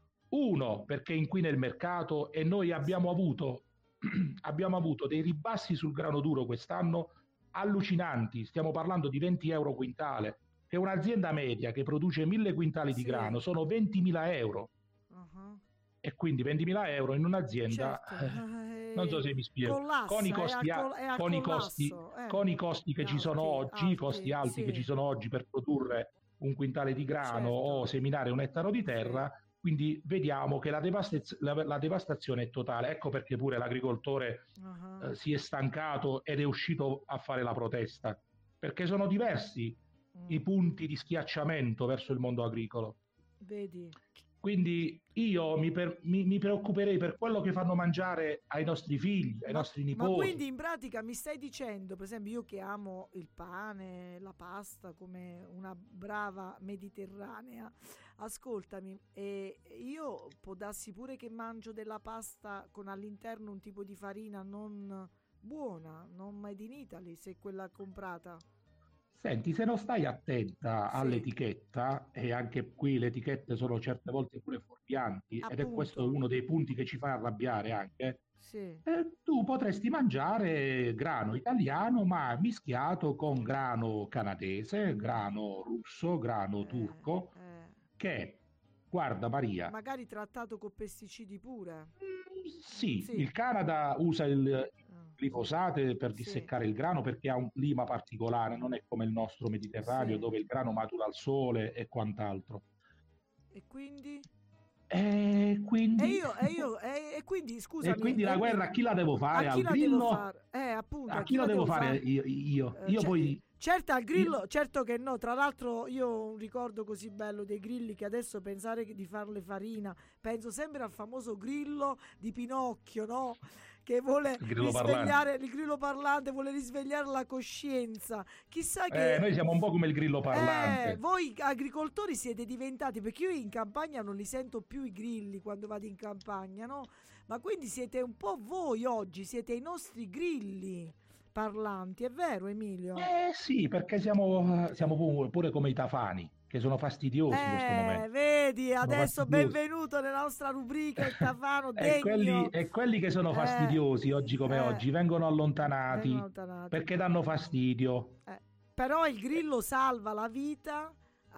Uno, perché inquina il mercato e noi abbiamo avuto, abbiamo avuto dei ribassi sul grano duro quest'anno allucinanti. Stiamo parlando di venti euro quintale, che un'azienda media che produce mille quintali di Sì. grano sono ventimila euro. Ah. E quindi ventimila euro in un'azienda, Certo, eh, non so eh, se mi spiego, con i collassa, è al, costi, a- col- è al con i costi, collasso, eh. con i costi che ci sono Alti, oggi, i costi alti, alti che ci sì, sono oggi per produrre un quintale di grano o certo, seminare un ettaro di sì. terra, quindi vediamo che la, devastaz- la, la devastazione è totale. Ecco perché pure l'agricoltore Ah. eh, si è stancato ed è uscito a fare la protesta, perché sono diversi i Mm. punti di schiacciamento verso il mondo agricolo. Vedi? Quindi io mi, per- mi- mi preoccuperei per quello che fanno mangiare ai nostri figli, ai Ma, nostri ma nipoti. quindi in pratica mi stai dicendo, per esempio, io che amo il pane, la pasta come una brava mediterranea, ascoltami, e io può darsi pure che mangio della pasta con all'interno un tipo di farina non buona, non made in Italy, se è quella comprata. Senti, se non stai attenta Sì, all'etichetta, e anche qui le etichette sono certe volte pure fuorvianti, ed è questo appunto, uno dei punti che ci fa arrabbiare anche, sì. eh, tu potresti mangiare grano italiano ma mischiato con grano canadese, grano russo, grano Eh, turco, eh. che, guarda Maria, Magari trattato con pesticidi pure. mm, Mm, sì, sì. il Canada usa il Ah, glifosate per sì, disseccare il grano perché ha un clima particolare, non è come il nostro Mediterraneo sì. dove il grano matura al sole e quant'altro. E quindi? E E quindi, io, e io, e, e quindi e scusami, quindi la guerra Emilio, a chi la devo a fare? chi Al la devo grillo? fare? Eh, appunto, A a chi chi la la devo devo fare fare? io? Io, Eh, io ce- poi... certo al io- grillo, certo che no. Tra l'altro io ho un ricordo così bello dei grilli che adesso pensare che- di farle farina, penso sempre al famoso grillo di Pinocchio, no? Che vuole il grillo parlante. risvegliare, il grillo parlante vuole risvegliare la coscienza. Chissà Eh, che... noi siamo un po' come il grillo Eh, parlante. voi agricoltori siete diventati, perché io in campagna non li sento più i grilli quando vado in campagna, no? Ma quindi siete un po' voi oggi, siete i nostri grilli parlanti, è vero Emilio? Eh sì, perché siamo, siamo pu- pure come i tafani, che sono fastidiosi in questo Eh, momento. vedi, Sono adesso fastidiosi. benvenuto nella nostra rubrica Il Tafano E quelli, degno. e quelli che sono Eh, fastidiosi oggi come eh, oggi vengono vengono allontanati allontanati. perché danno fastidio. Eh, però il grillo salva la vita,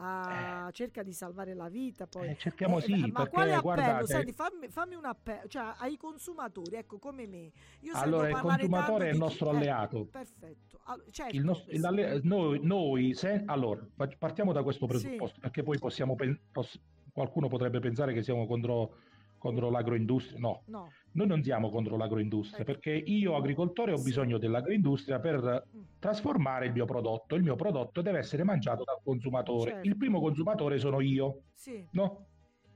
Eh, ah, cerca di salvare la vita poi. eh, cerchiamo Eh, sì, ma quale perché appello? Senti, guardate, fammi, fammi un appello, cioè ai consumatori, ecco come me. Io sento allora il parlare tanto consumatore è il di chi... nostro Eh, alleato. perfetto. Allo- Il certo, nostro- il s- alle- noi, noi se, allora, fac- partiamo da questo sì, presupposto, perché poi possiamo, pen- poss- qualcuno potrebbe pensare che siamo contro, contro l'agroindustria. No, no, noi non siamo contro l'agroindustria, ecco, perché io, agricoltore, ho sì, bisogno dell'agroindustria per mm, trasformare il mio prodotto. Il mio prodotto deve essere mangiato dal consumatore. Il certo, primo consumatore sono io, sì, no?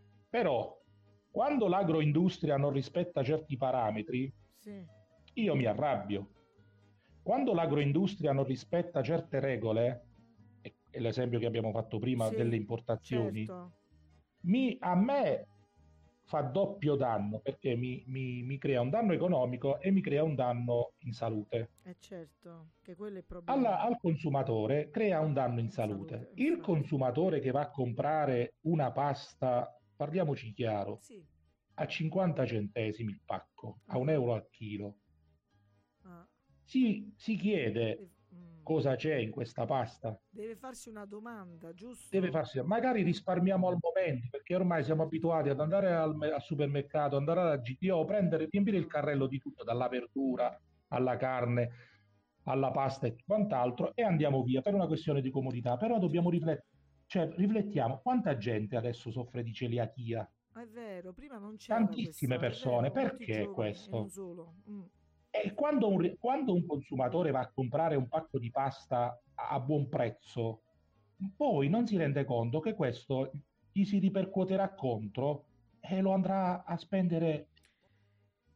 Però, quando l'agroindustria non rispetta certi parametri, sì, io mi arrabbio. Quando l'agroindustria non rispetta certe regole, e e l'esempio che abbiamo fatto prima delle sì, importazioni, certo. mi, a me fa doppio danno perché mi, mi- mi crea un danno economico e mi crea un danno in salute. Eh certo, che quello è il Alla- problema. al consumatore crea un danno in In salute, salute. Il infatti. consumatore che va a comprare una pasta, parliamoci chiaro, Sì. a cinquanta centesimi il pacco, a un Ah, euro al chilo, ah. si, si chiede E- mm. cosa c'è in questa pasta. Deve farsi una domanda, Deve giusto? farsi, magari risparmiamo al momento, perché ormai siamo abituati ad andare al, me- al supermercato, andare alla G D O, prendere, riempire il Mm, carrello di tutto, dalla mm. verdura alla carne, alla pasta e quant'altro, e andiamo via per una questione di comodità. Però dobbiamo Certo. riflettere, cioè riflettiamo, quanta gente adesso soffre di celiachia? È vero, prima non c'era Tantissime questa, è persone, vero, molti perché giovani e non questo? solo. Mm. E quando un, quando un consumatore va a comprare un pacco di pasta a buon prezzo, poi non si rende conto che questo gli si ripercuoterà contro e lo andrà a spendere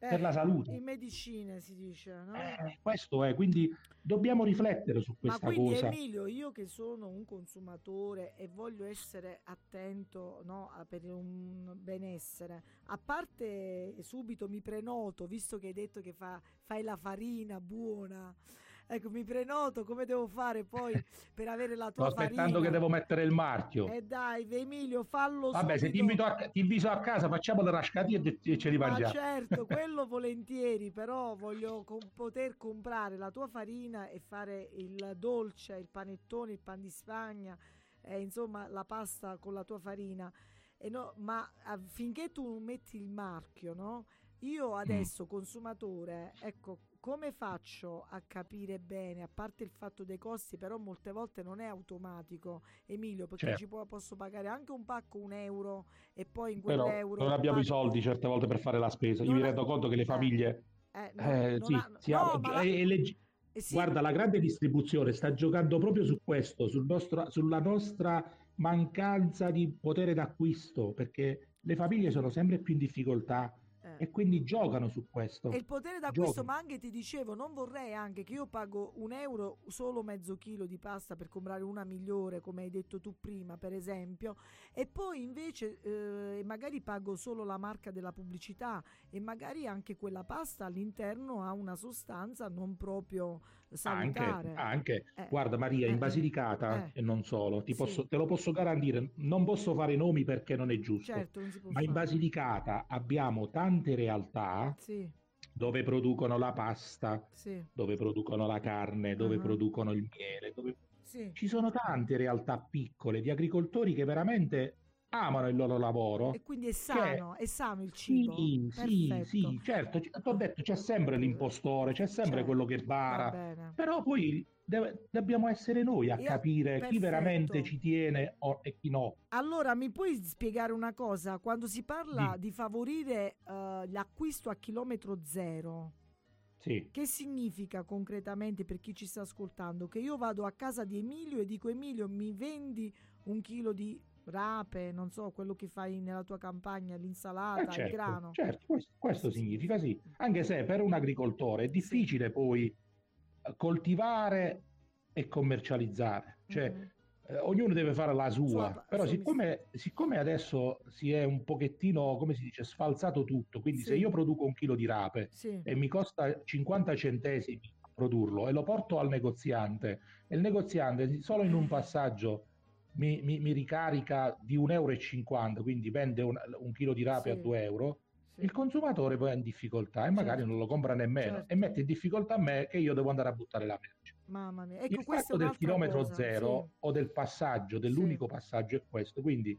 Eh, per la salute. in medicine si dice, no? Eh, questo è, quindi dobbiamo riflettere su Ma questa quindi cosa. Emilio, io che sono un consumatore e voglio essere attento, no, a- per un benessere, a parte subito mi prenoto, visto che hai detto che fa, fai la farina buona, ecco, mi prenoto, come devo fare poi per avere la Sto tua aspettando farina? che devo mettere il marchio. E dai, Emilio, fallo Vabbè, se ti subito. invito a, ti invito a casa, facciamo le rascati e, e ce li Ma mangiamo. certo, quello volentieri, però voglio com- poter comprare la tua farina e fare il dolce, il panettone, il pan di Spagna, eh, insomma la pasta con la tua farina. E no, ma finché tu non metti il marchio, no? Io adesso consumatore, ecco, come faccio a capire bene, a parte il fatto dei costi, però molte volte non è automatico, Emilio, perché Certo. ci può- posso pagare anche un pacco un euro e poi in Però quell'euro non abbiamo i pago- soldi certe volte per fare la spesa. Io Non mi ha- rendo conto che le eh, famiglie, eh, no, eh, non sì, ha- si no, ha- ma la- e- e le- eh sì, guarda, la grande distribuzione sta giocando proprio su questo, sul nostro- sulla nostra mancanza di potere d'acquisto, perché le famiglie sono sempre più in difficoltà eh. e quindi giocano su E questo. il potere d'acquisto, Giocano. ma anche ti dicevo, non vorrei anche che io pago un euro solo mezzo chilo di pasta per comprare una migliore, come hai detto tu prima, per esempio, e poi invece eh, magari pago solo la marca della pubblicità e magari anche quella pasta all'interno ha una sostanza non proprio Anche, salutare. anche, Eh, guarda Maria, in eh, Basilicata eh, e non solo, ti sì, posso- te lo posso garantire, non posso fare nomi perché non è giusto, certo, non si può ma in fare. Basilicata abbiamo tante realtà Sì, dove producono la pasta, sì, dove producono la carne, dove ah, producono il miele, dove... sì. Ci sono tante realtà piccole di agricoltori che veramente amano il loro lavoro, E quindi è che sano, è sano il cibo? sì, sì, Perfetto. sì, certo, ti ho detto c'è sempre l'impostore, c'è sempre Cioè, quello che va bara, bene. però poi deve- dobbiamo essere noi a E a- capire chi veramente perfetto. ci tiene o- e chi no. Allora, mi puoi spiegare una cosa? Quando si parla Dimmi. di favorire eh, l'acquisto a chilometro zero, Sì. che significa concretamente per chi ci sta ascoltando? Che io vado a casa di Emilio e dico: Emilio, mi vendi un chilo di rape, non so, quello che fai nella tua campagna, Eh, l'insalata, il certo, grano. certo, questo, questo significa sì, anche se per un agricoltore è Sì. difficile poi eh, coltivare e commercializzare, cioè Mhm. eh, ognuno deve fare la Sua sua, pa- però sua mis- siccome, siccome adesso si è un pochettino, come si dice, sfalsato tutto, quindi se Sì, io produco un chilo di rape sì, e mi costa cinquanta centesimi a produrlo e lo porto al negoziante e il negoziante solo in un passaggio mi, mi- mi ricarica di un euro e cinquanta, quindi vende un, un chilo di rape a sì, due euro, sì, il consumatore poi è in difficoltà e magari certo, non lo compra nemmeno e certo. mette in difficoltà me che io devo andare a buttare la merce. Mamma mia. Il Ecco, questa è fatto del un'altra chilometro cosa. Sì, zero o del passaggio, sì. dell'unico passaggio è questo, quindi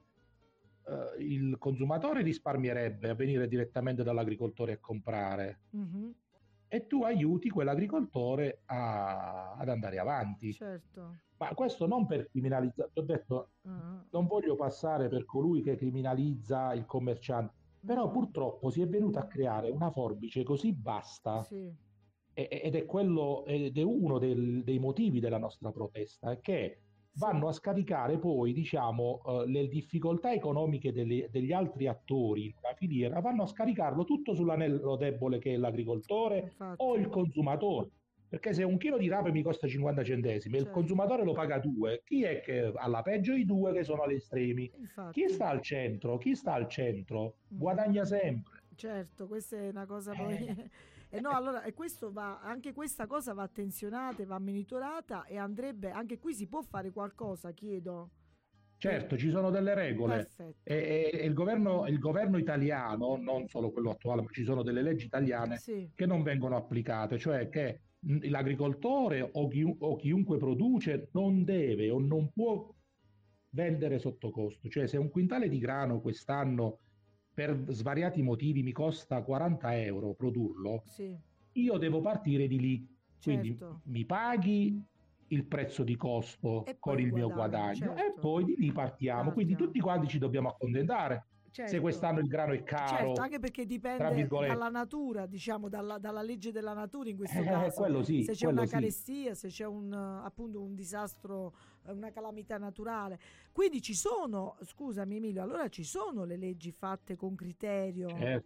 eh, il consumatore risparmierebbe a venire direttamente dall'agricoltore a comprare Mhm, e tu aiuti quell'agricoltore a- ad andare avanti. certo. Ma questo non per criminalizzare, ti ho detto, Ah, non voglio passare per colui che criminalizza il commerciante, però mhm, purtroppo si è venuta a creare una forbice così vasta sì, e- ed è quello ed è uno del- dei motivi della nostra protesta, è che sì, vanno a scaricare poi, diciamo, eh, le difficoltà economiche delle- degli altri attori in una filiera, vanno a scaricarlo tutto sull'anello debole che è l'agricoltore o infatti, il consumatore. Perché se un chilo di rape mi costa cinquanta centesimi e il certo, consumatore lo paga due, chi è che ha la peggio? I due che sono agli estremi. Chi infatti. sta al centro? Chi sta al centro Mhm. guadagna sempre. Certo, questa è una cosa poi. Eh, E no, allora, e questo va, anche questa cosa va attenzionata, e va monitorata e andrebbe, anche qui si può fare qualcosa, chiedo. Per- Certo, ci sono delle regole Perfetto. e, e il governo, il governo italiano, non solo quello attuale, ma ci sono delle leggi italiane Sì, che non vengono applicate, cioè che mh, l'agricoltore o, chi- o chiunque produce non deve o non può vendere sotto costo. Cioè se un quintale di grano quest'anno per svariati motivi mi costa quaranta euro produrlo, sì, io devo partire di lì. Quindi certo. mi paghi il prezzo di costo E poi con il il mio guadagno, guadagno e certo. poi di lì partiamo. Quindi Partiamo. tutti quanti ci dobbiamo accontentare. Se Certo. quest'anno il grano è Certo, caro, anche perché tra dipende dalla virgolette, natura, diciamo, dalla, dalla legge della natura in questo eh, caso. quello sì, Se c'è quello una sì. carestia, se c'è un, eh, appunto un disastro, eh, una calamità naturale. Quindi ci sono, scusami Emilio, allora ci sono le leggi fatte con criterio. Certo,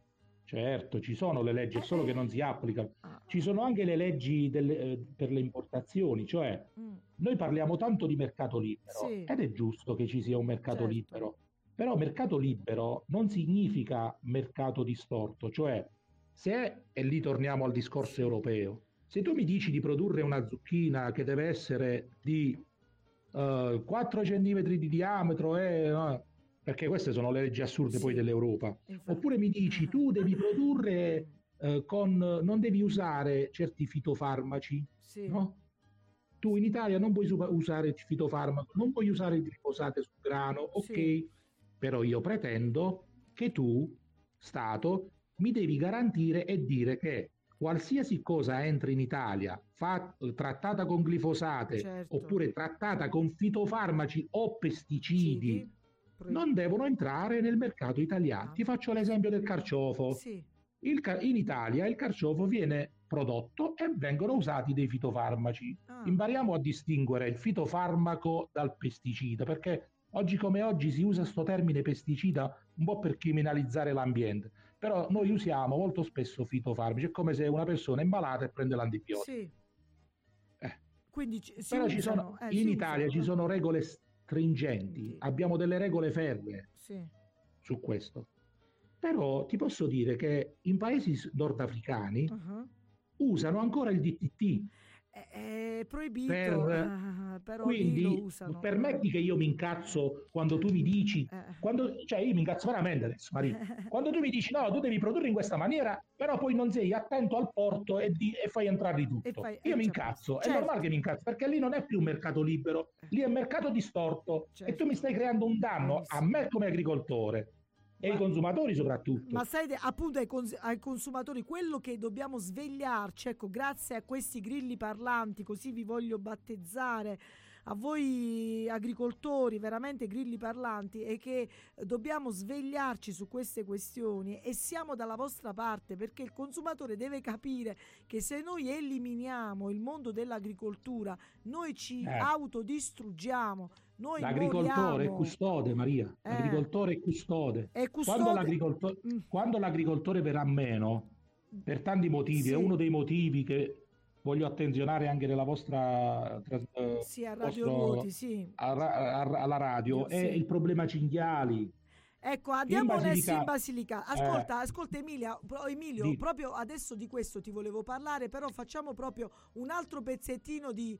Certo, ci sono le leggi, è solo che non si applicano. Ah, Ci sono anche le leggi delle- eh, per le importazioni, cioè mm, noi parliamo tanto di mercato libero sì, ed è giusto che ci sia un mercato certo. libero, però mercato libero non significa mercato distorto, cioè se, e lì torniamo al discorso Sì, europeo, se tu mi dici di produrre una zucchina che deve essere di eh, quattro centimetri di diametro, e, eh, perché queste sono le leggi assurde poi sì, dell'Europa, oppure infatti. mi dici tu devi produrre Mm, eh, con, non devi usare certi fitofarmaci, sì, no? Tu in Italia non puoi su- usare il fitofarmaco, non puoi usare il glifosate sul grano, sì, ok, però io pretendo che tu, Stato, mi devi garantire e dire che qualsiasi cosa entra in Italia fa- trattata con glifosate certo. oppure trattata con fitofarmaci o Cidi, pesticidi proib- non devono entrare nel mercato italiano. ah, Ti faccio l'esempio del carciofo. sì, Il ca- in Italia il carciofo viene prodotto e vengono usati dei fitofarmaci. ah, Impariamo a distinguere il fitofarmaco dal pesticida, perché oggi come oggi si usa questo termine pesticida un po' per criminalizzare l'ambiente, però noi mm, usiamo molto spesso fitofarmaci, è come se una persona è malata e prende l'antibiotico. sì. Eh, Quindi ci- si Però ci sono, usano, eh, si in Italia usano. ci eh. sono regole stringenti, Senti, abbiamo delle regole ferree sì, su questo. Però ti posso dire che in paesi s- nordafricani uh-huh. usano ancora il D T T È, è proibito, per... però lì lo Quindi usano. permetti che io mi incazzo quando tu mi dici, Eh, quando, cioè io mi incazzo veramente adesso, Maria, quando tu mi dici no, tu devi produrre in questa maniera, però poi non sei attento al porto e, di, e fai entrare di e tutto. fai, Io e mi già posto. incazzo, è normale che Certo, mi incazzo, perché lì non è più un mercato libero, eh, lì è un mercato distorto e tu mi certo, stai creando un danno a benissimo. me come agricoltore e ai Gua- consumatori Ma soprattutto. sai, de- appunto ai, cons- ai consumatori, quello che dobbiamo svegliarci, ecco, grazie a questi grilli parlanti, così vi voglio battezzare, a voi agricoltori, veramente grilli parlanti, è che dobbiamo svegliarci su queste questioni e siamo dalla vostra parte, perché il consumatore deve capire che se noi eliminiamo il mondo dell'agricoltura, noi ci Eh, autodistruggiamo, noi L'agricoltore è moriamo. custode, Maria, Eh, l'agricoltore è custode. è Quando custode. l'agricoltore, Mm, quando l'agricoltore verrà meno, per tanti motivi, è sì. uno dei motivi che voglio attenzionare anche nella vostra, tras- eh, Sì, a Radio vostro- Ruoti, sì. a ra- a- alla radio, Dio, è sì. il problema cinghiali. Ecco, In andiamo adesso in Basilicata, Basilicata. eh, Ascolta, ascolta Emilia, pro- Emilio, di- proprio adesso di questo ti volevo parlare, però facciamo proprio un altro pezzettino di,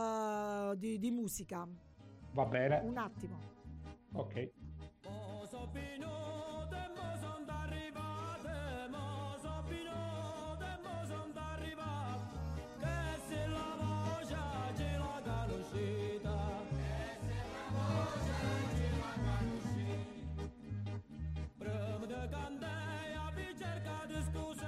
eh, di, di musica. va bene, Un attimo. ok. Mo so venuto e mo son arrivate, mo so venuto e mo son arrivate, che se la voce ce la conoscete, che se la voce ce la conoscete, prima di cantare vi cercate scuse,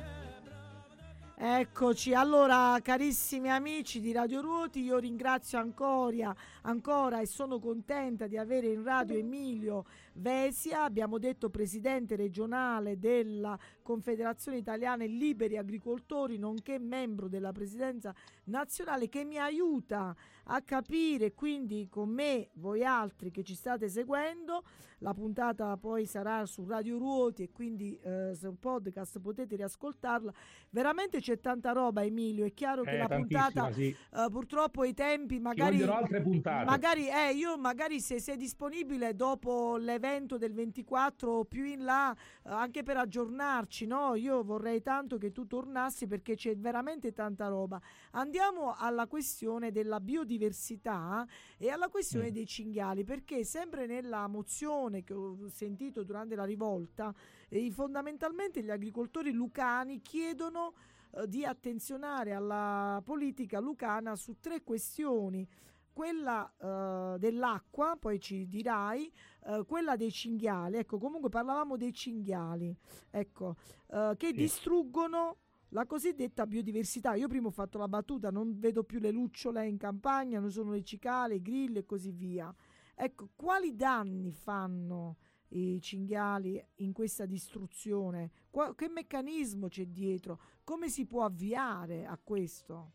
prima di Eccoci, allora carissimi amici di Radio Ruoti, io ringrazio ancora, ancora e sono contenta di avere in radio Emilio Vesia, abbiamo detto presidente regionale della Confederazione Italiana Liberi Agricoltori, nonché membro della presidenza nazionale, che mi aiuta a capire, quindi con me, voi altri che ci state seguendo, la puntata poi sarà su Radio Ruoti e quindi eh, sul podcast potete riascoltarla. Veramente c'è tanta roba, Emilio. È chiaro che Eh, la puntata, tantissima, sì. eh, purtroppo i tempi, Ci magari, vogliono altre puntate. magari, eh, io magari se sei disponibile dopo l'evento del ventiquattro o più in là, eh, anche per aggiornarci, no? Io vorrei tanto che tu tornassi perché c'è veramente tanta roba. Andiamo alla questione della biodiversità e alla questione Mm. dei cinghiali, perché sempre nella mozione che ho sentito durante la rivolta, eh, fondamentalmente gli agricoltori lucani chiedono eh, di attenzionare alla politica lucana su tre questioni: quella eh, dell'acqua, poi ci dirai, eh, quella dei cinghiali, ecco, comunque parlavamo dei cinghiali, ecco, eh, che Sì. distruggono la cosiddetta biodiversità. Io prima ho fatto la battuta, non vedo più le lucciole in campagna, non sono le cicale, i grilli e così via. Ecco, quali danni fanno i cinghiali in questa distruzione? Qua- che meccanismo c'è dietro? Come si può avviare a questo?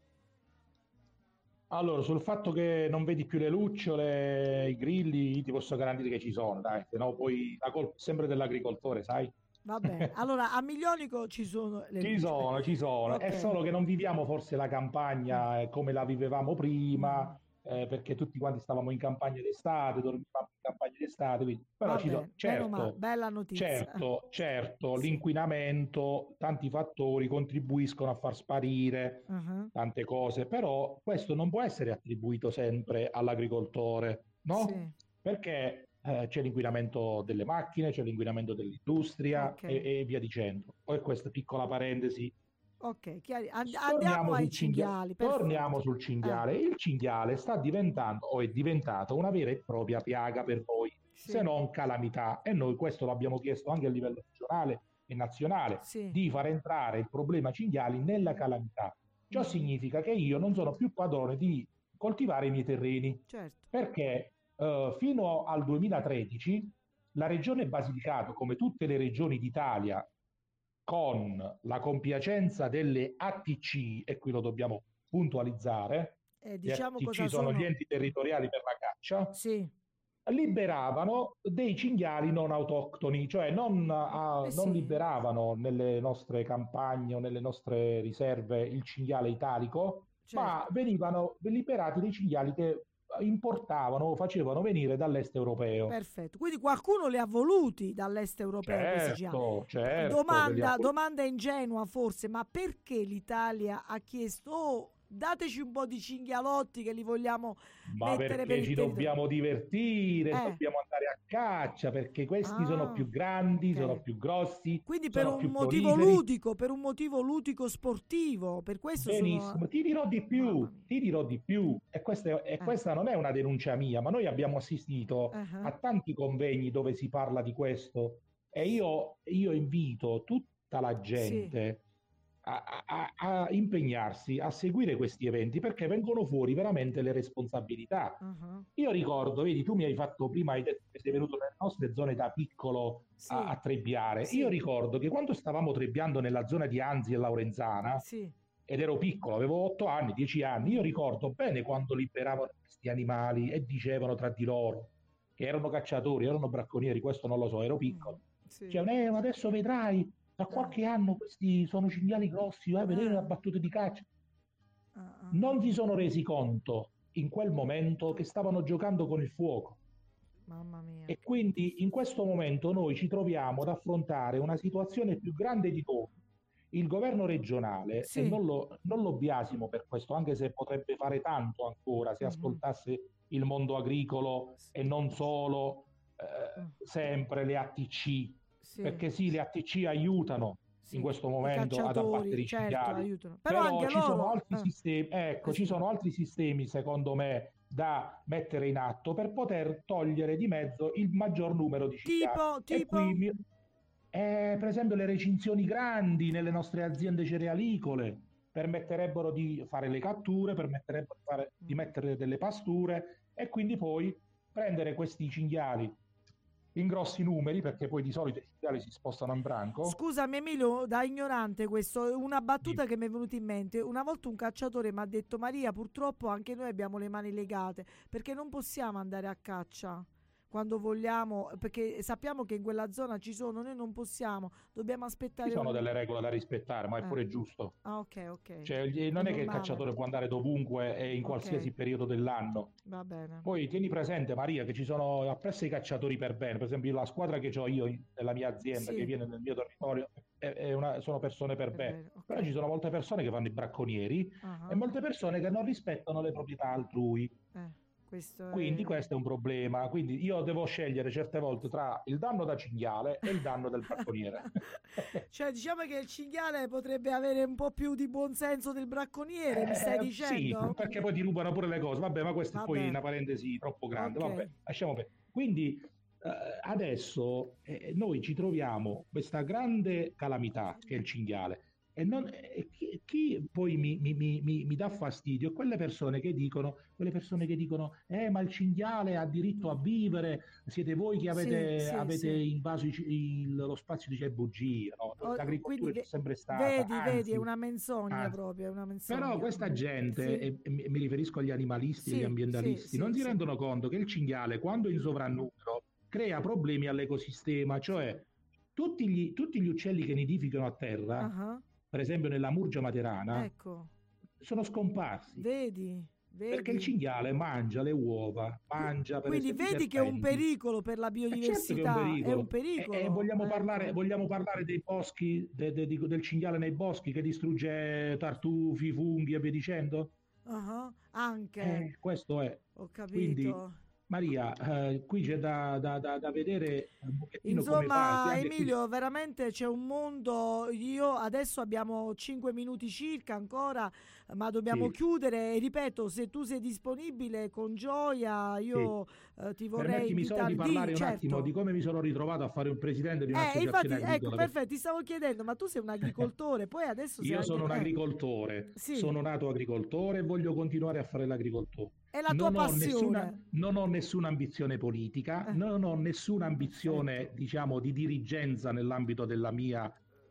Allora, sul fatto che non vedi più le lucciole, i grilli, ti posso garantire che ci sono, dai, se no poi la colpa è sempre dell'agricoltore, sai? Va bene, allora a Miglionico ci sono le Ci luci. sono, ci sono, è Ok. solo che non viviamo forse la campagna eh, come la vivevamo prima, eh, perché tutti quanti stavamo in campagna d'estate, dormivamo in campagna d'estate, quindi- però Va ci sono, bene, meno male, certo, bella notizia. certo, certo, Sì. l'inquinamento, tanti fattori contribuiscono a far sparire Uh-huh. tante cose, però questo non può essere attribuito sempre all'agricoltore, no? Sì, Perché eh, c'è l'inquinamento delle macchine, c'è l'inquinamento dell'industria ok, e, e via dicendo. Poi questa piccola parentesi. ok, chiari- and- andiamo Torniamo ai sul cinghiale. cinghiali, Torniamo perfetto. sul Eh, cinghiale. Il cinghiale sta diventando o è diventato una vera e propria piaga per noi, se sì, non calamità. E noi questo l'abbiamo chiesto anche a livello regionale e nazionale, sì, di far entrare il problema cinghiali nella calamità. Ciò mhm, significa che io non sono più padrone di coltivare i miei terreni, certo, perché eh, fino al duemilatredici la regione Basilicata, come tutte le regioni d'Italia, con la compiacenza delle A T C, e qui lo dobbiamo puntualizzare, eh, gli diciamo A T C cosa sono gli sono. enti territoriali per la caccia, Sì, liberavano dei cinghiali non autoctoni, cioè non, ah, eh non sì, liberavano nelle nostre campagne o nelle nostre riserve il cinghiale italico, ma certo, venivano liberati dei cinghiali che importavano o facevano venire dall'est europeo. perfetto. Quindi qualcuno li ha voluti dall'est europeo questi cinghiali. Certo, D- certo, che li ha Domanda, domanda ingenua forse, ma perché l'Italia ha chiesto, oh, dateci un po' di cinghialotti che li vogliamo Ma mettere per perché il ci territorio? dobbiamo divertire, Eh, dobbiamo andare a caccia, perché questi sono ah, più grandi, sono ok. più grossi, Quindi per sono un più motivo proliferi. ludico, per un motivo ludico sportivo, per questo sono... Benissimo, ti dirò di Mamma più, mia. ti dirò di più, e questa, e Eh, questa non è una denuncia mia, ma noi abbiamo assistito uh-huh, a tanti convegni dove si parla di questo, e io, io invito tutta la sì, gente a, a- a impegnarsi a seguire questi eventi, perché vengono fuori veramente le responsabilità. uh-huh, Io ricordo, vedi, tu mi hai fatto prima, hai detto che sei venuto nelle nostre zone da piccolo a, sì, a trebbiare. Io sì, ricordo che quando stavamo trebbiando nella zona di Anzi e Laurenzana, sì, ed ero piccolo, avevo otto anni, dieci anni, io ricordo bene quando liberavano questi animali e dicevano tra di loro che erano cacciatori, erano bracconieri, questo non lo so, ero mm, piccolo. sì, Dicevano, eh, ma adesso vedrai, tra eh, qualche anno questi sono cinghiali grossi, vai a vedere eh, la battuta di caccia. ah, ah, Non ah, si sono resi conto in quel momento che stavano giocando con il fuoco. mamma mia, E che quindi in tristezza. questo momento noi ci troviamo ad affrontare una situazione più grande di noi. Il governo regionale, e Sì, non lo, non lo biasimo per questo, anche se potrebbe fare tanto ancora se mhm, ascoltasse il mondo agricolo s- e non solo mm, eh, sempre le A T C, sì, perché sì, le A T C aiutano in sì, questo i momento ad cacciatori, abbattere i certo, cinghiali, aiutano, però però anche ci sono loro, altri eh, sistemi, eh, ecco, ci sì, sono altri sistemi secondo me da mettere in atto per poter togliere di mezzo il maggior numero di cinghiali. tipo, E qui tipo, mi- eh, per esempio le recinzioni grandi nelle nostre aziende cerealicole permetterebbero di fare le catture, permetterebbero di, fare- di mm. mettere delle pasture e quindi poi prendere questi cinghiali in grossi numeri, perché poi di solito i cinghiali si spostano in branco. Scusami Emilio, da ignorante questo, è una Di- battuta che mi è venuta in mente. Una volta un cacciatore mi ha detto: Maria, purtroppo anche noi abbiamo le mani legate perché non possiamo andare a caccia quando vogliamo, perché sappiamo che in quella zona ci sono, noi non possiamo, dobbiamo Ci aspettare sono un... delle regole da rispettare, ma è Eh. pure giusto. Ah, ok, ok. Cioè, gli- È non è che il normale. cacciatore può andare dovunque e in Ok, qualsiasi periodo dell'anno. va bene. Poi tieni presente, Maria, che ci sono appresso i cacciatori per bene. Per esempio, la squadra che ho io in- nella mia azienda, che Sì, viene nel mio territorio, è- è una- sono persone per per bene. bene, Però ci ok. sono molte persone che fanno i bracconieri e Ah, molte persone che non rispettano le proprietà altrui. eh, questo Quindi è... questo è un problema. Quindi io devo scegliere certe volte tra il danno da cinghiale e il danno del bracconiere. Cioè, diciamo che il cinghiale potrebbe avere un po' più di buonsenso del bracconiere, mi stai Eh, sì, dicendo? perché poi ti rubano pure le cose. Vabbè, ma questa è poi Vabbè, una parentesi troppo grande. ok. Vabbè, lasciamo perdere. Quindi eh, adesso eh, noi ci troviamo questa grande calamità che è il cinghiale. E non- e chi, chi poi mi, mi- mi- mi- mi dà fastidio? Quelle persone che dicono, quelle persone che dicono, eh, ma il cinghiale ha diritto a vivere, siete voi che Sì, avete, sì, avete sì. invaso i- il- lo spazio di c'è bugia, no? O- quindi L'agricoltura c'è ve- sempre stata, vedi, vedi, è anzi, una menzogna anzi. proprio, è una Però menzogna. questa Mm. gente, Sì, e e mi mi riferisco agli animalisti e agli sì, sì, ambientalisti, non sì, si sì. rendono conto che il cinghiale, quando è in sovrannumero, crea problemi all'ecosistema, cioè tutti gli, tutti gli uccelli che nidificano a terra, Ah, per esempio nella Murgia Materana, ecco, sono scomparsi. vedi, Perché il vedi. cinghiale mangia le uova, Qui- mangia per Quindi esempio i vedi che è un serpenti. pericolo per la Eh, certo che è un biodiversità, è un pericolo. E, pericolo. e vogliamo, parlare, Ecco. vogliamo parlare dei boschi, de- de- di- del cinghiale nei boschi che distrugge tartufi, funghi e via dicendo? Ah, anche, Eh, questo è. ho Quindi, capito. Maria, eh, qui c'è da, da- da- da vedere un pochettino come farsi. Insomma, Anche qui. Emilio, veramente c'è un mondo. Io adesso abbiamo cinque minuti circa ancora, ma dobbiamo Sì, chiudere. E ripeto, se tu sei disponibile con gioia, sì. io eh, ti vorrei Permettimi solo invitare. di parlare Di, un attimo di certo. come mi sono ritrovato a fare un presidente di Eh, un'associazione infatti, ecco, agricola. perché perfetto, ti stavo chiedendo, ma tu sei un agricoltore, poi adesso sei Io anche. sono un eh, agricoltore, sì, sono nato agricoltore e voglio continuare a fare l'agricoltore. è la tua Non ho nessuna, passione. non ho nessuna ambizione politica, Eh, non ho nessuna ambizione, perfetto. diciamo, di dirigenza nell'ambito della mia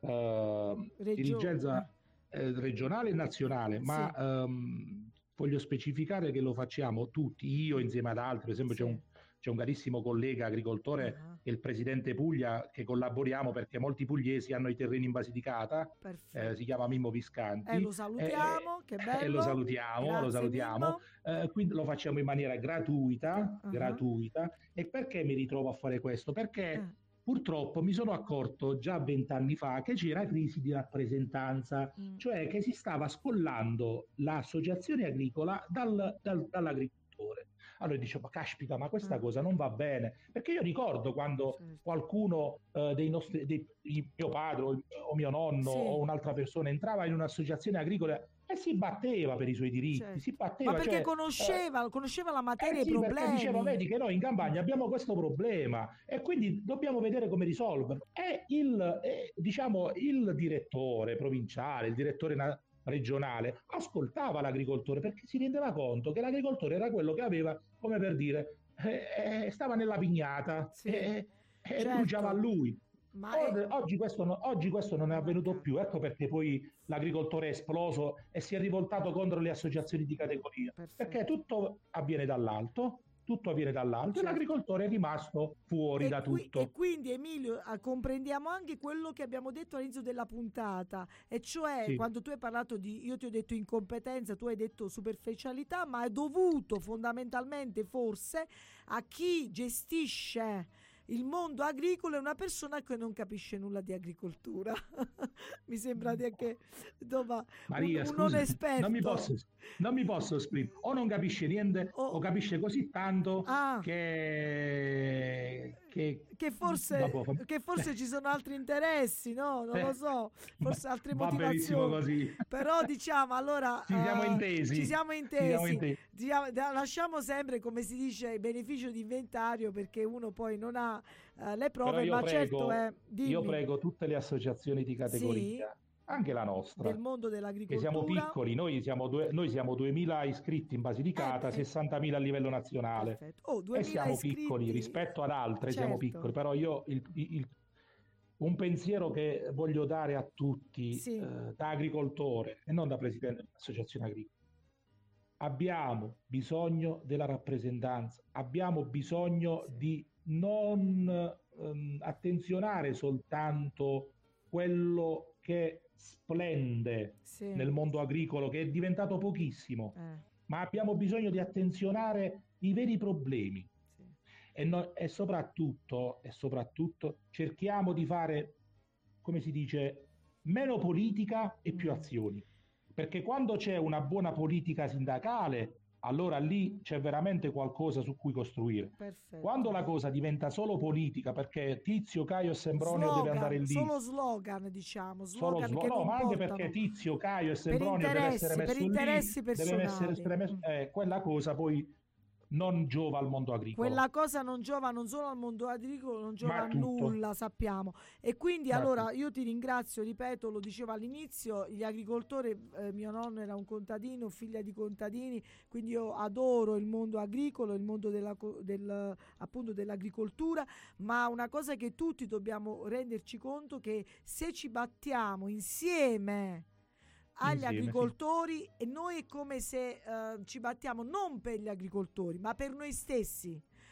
eh, Regio. dirigenza eh, eh, regionale e nazionale, ma Sì, ehm, voglio specificare che lo facciamo tutti, io insieme ad altri, per esempio c'è un, sì. c'è un carissimo collega agricoltore Ah, che è il presidente Puglia, che collaboriamo perché molti pugliesi hanno i terreni in Basilicata, eh, perfetto. si chiama Mimmo Eh, Viscanti, lo e, salutiamo, che e lo bello. salutiamo, lo Grazie salutiamo, Mimmo. eh, quindi lo facciamo in maniera gratuita, Ah, gratuita. E perché mi ritrovo a fare questo? Perché eh, purtroppo mi sono accorto già vent'anni fa che c'era crisi di rappresentanza, mm, cioè che si stava scollando l'associazione agricola dal- dal- dall'agricoltore. Allora dicevo, ma caspita, ma questa eh, cosa non va bene, perché io ricordo quando certo. qualcuno eh, dei nostri, dei- i- mio padre o, o mio nonno o Sì, un'altra persona entrava in un'associazione agricola e si batteva per i suoi diritti, certo. si Ma batteva, perché cioè, eh, conosceva, conosceva la eh materia e i sì, perché diceva, problemi. vedi che noi in campagna abbiamo questo problema e quindi dobbiamo vedere come risolverlo. E il, eh, diciamo, il direttore provinciale, il direttore na- regionale ascoltava l'agricoltore perché si rendeva conto che l'agricoltore era quello che aveva, come per dire, eh, eh, stava nella pignata Sì, e, e rinunciava a certo. lui. Ma è Od- Oggi questo, no- oggi questo non è avvenuto mancato. più, ecco perché poi l'agricoltore è esploso e si è rivoltato contro le associazioni di categoria, perché Perfetto. tutto avviene dall'alto, tutto avviene dall'alto e Certo. l'agricoltore è rimasto fuori E, da qui- e tutto. quindi Emilio, ah, comprendiamo anche quello che abbiamo detto all'inizio della puntata, e cioè Sì, quando tu hai parlato di, io ti ho detto incompetenza, tu hai detto superficialità, ma è dovuto fondamentalmente forse a chi gestisce il mondo agricolo, è una persona che non capisce nulla di agricoltura. Mi sembra di che insomma, un, Maria, un non scusa, non mi esperto. posso, non mi posso esprimere, o non capisce niente O- o capisce così tanto ah, che, che che forse, vabbè, fa- che forse ci sono altri interessi, no? Non lo eh, so, va, forse altre va benissimo motivazioni. così. Però diciamo, allora, Ci siamo eh, ci intesi, siamo ci siamo intesi. intesi. Diciamo, da- lasciamo sempre, come si dice, il beneficio di inventario, perché uno poi non ha eh, le Però prove, io ma certo prego, è, io dimmi, prego tutte le associazioni di sì, categoria, anche la nostra, del mondo che siamo dell'agricoltura. piccoli, noi siamo, due, noi siamo duemila iscritti in Eh Basilicata, beh, sessantamila a livello nazionale perfetto. Oh, e duemila siamo piccoli iscritti, rispetto ad altre, siamo certo, piccoli, però io il, il- un pensiero che voglio dare a tutti sì, eh, da agricoltore e non da presidente dell'associazione agricola. Abbiamo bisogno della rappresentanza, abbiamo bisogno sì, di non ehm, attenzionare soltanto quello che splende sì, nel mondo agricolo, che è diventato pochissimo, eh, ma abbiamo bisogno di attenzionare i veri problemi sì, e, no- e soprattutto, e soprattutto cerchiamo di fare, come si dice, meno politica e più mm, azioni. Perché quando c'è una buona politica sindacale, allora lì c'è veramente qualcosa su cui costruire. Quando perfetto. la cosa diventa solo politica, perché Tizio, Caio e Sempronio deve andare Slogan, lì, solo slogan, diciamo, solo slogan slo- che no, non ma anche perché portano Tizio, Caio e per Sempronio deve essere interessi, per messo lì, interessi deve essere personali. messo, Mm. eh, quella cosa poi non giova al mondo agricolo, Quella cosa non giova non solo al mondo agricolo, non giova ma a a tutto, nulla, sappiamo. E quindi ma a allora tutto. io ti ringrazio, ripeto, lo dicevo all'inizio, gli agricoltori, eh, mio nonno era un contadino, figlia di contadini, quindi io adoro il mondo agricolo, il mondo della, co- del, appunto dell'agricoltura, ma una cosa che tutti dobbiamo renderci conto che se ci battiamo insieme agli Insieme, sì. agricoltori, e noi è come se eh, ci battiamo non per gli agricoltori ma per noi stessi,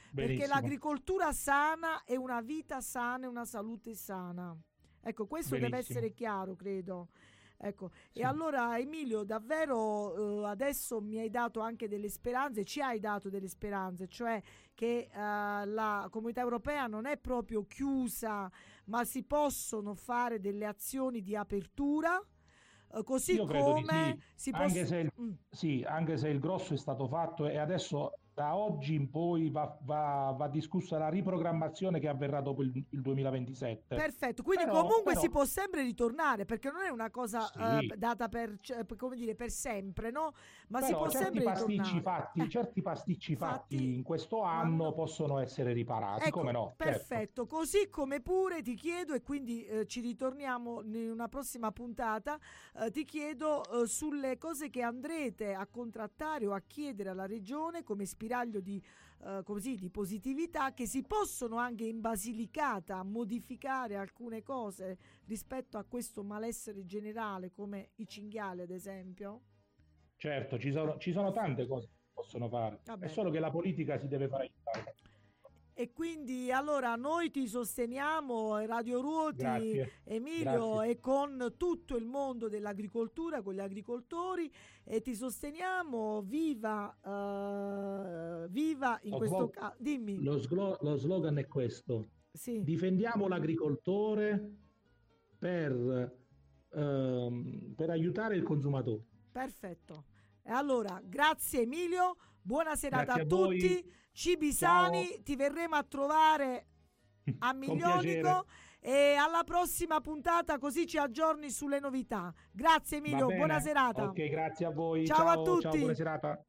perché Benissimo. l'agricoltura sana è una vita sana e una salute sana. Ecco, questo deve Benissimo. essere chiaro, credo. Ecco, Sì. e allora Emilio, davvero eh, adesso mi hai dato anche delle speranze, ci hai dato delle speranze, cioè che eh, la Comunità Europea non è proprio chiusa, ma si possono fare delle azioni di apertura, eh, così Io credo di come sì, si anche possono... se, il, sì, anche se il grosso è stato fatto e adesso da oggi in poi va, va, va discussa la riprogrammazione che avverrà dopo il, il duemilaventisette. Perfetto, quindi Però- comunque però- si può sempre ritornare, perché non è una cosa Sì. eh, data per, cioè, per, come dire, per sempre, no? Ma si Però può certi sempre pasticci ritornare. fatti, Eh, certi pasticci fatti fatti in questo anno vanno- possono essere riparati, Ecco, come no? Certo. perfetto, così come pure ti chiedo, e quindi eh, ci ritorniamo in una prossima puntata, eh, ti chiedo eh, sulle cose che andrete a contrattare o a chiedere alla regione come spiraglio di, eh, così, di positività, che si possono anche in Basilicata modificare alcune cose rispetto a questo malessere generale, come i cinghiali ad esempio. Certo, ci sono, ci sono tante cose che si possono fare, Vabbè. è solo che la politica si deve fare aiutare. E quindi allora noi ti sosteniamo, Radio Ruoti, Grazie. Emilio, Grazie. e con tutto il mondo dell'agricoltura, con gli agricoltori, e ti sosteniamo. Viva, eh, viva in Lo questo slog- caso. Dimmi. Lo, sglo- lo slogan è questo: Sì. difendiamo l'agricoltore per, ehm, per aiutare il consumatore. Perfetto. E allora, grazie Emilio, buona serata Grazie a a voi. tutti. Cibi Ciao. sani, ti verremo a trovare a Con Miglionico, piacere. e alla prossima puntata, così ci aggiorni sulle novità. Grazie Va Emilio, bene? buona serata. Ok, grazie a voi. Ciao a Ciao, tutti. ciao, buona serata.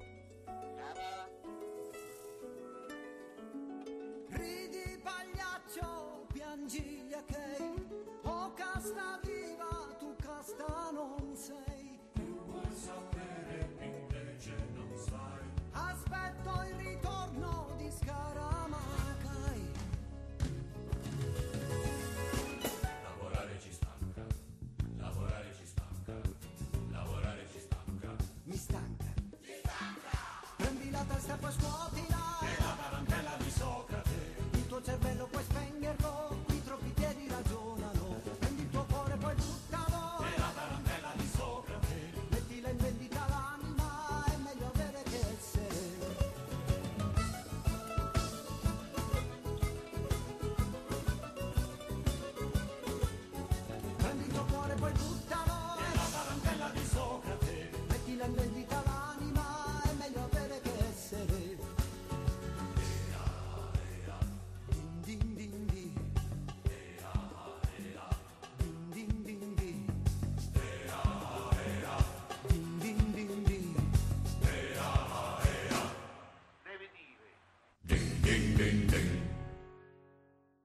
Ridi pagliaccio, piangi gli achei, o casta viva, tu casta non sei.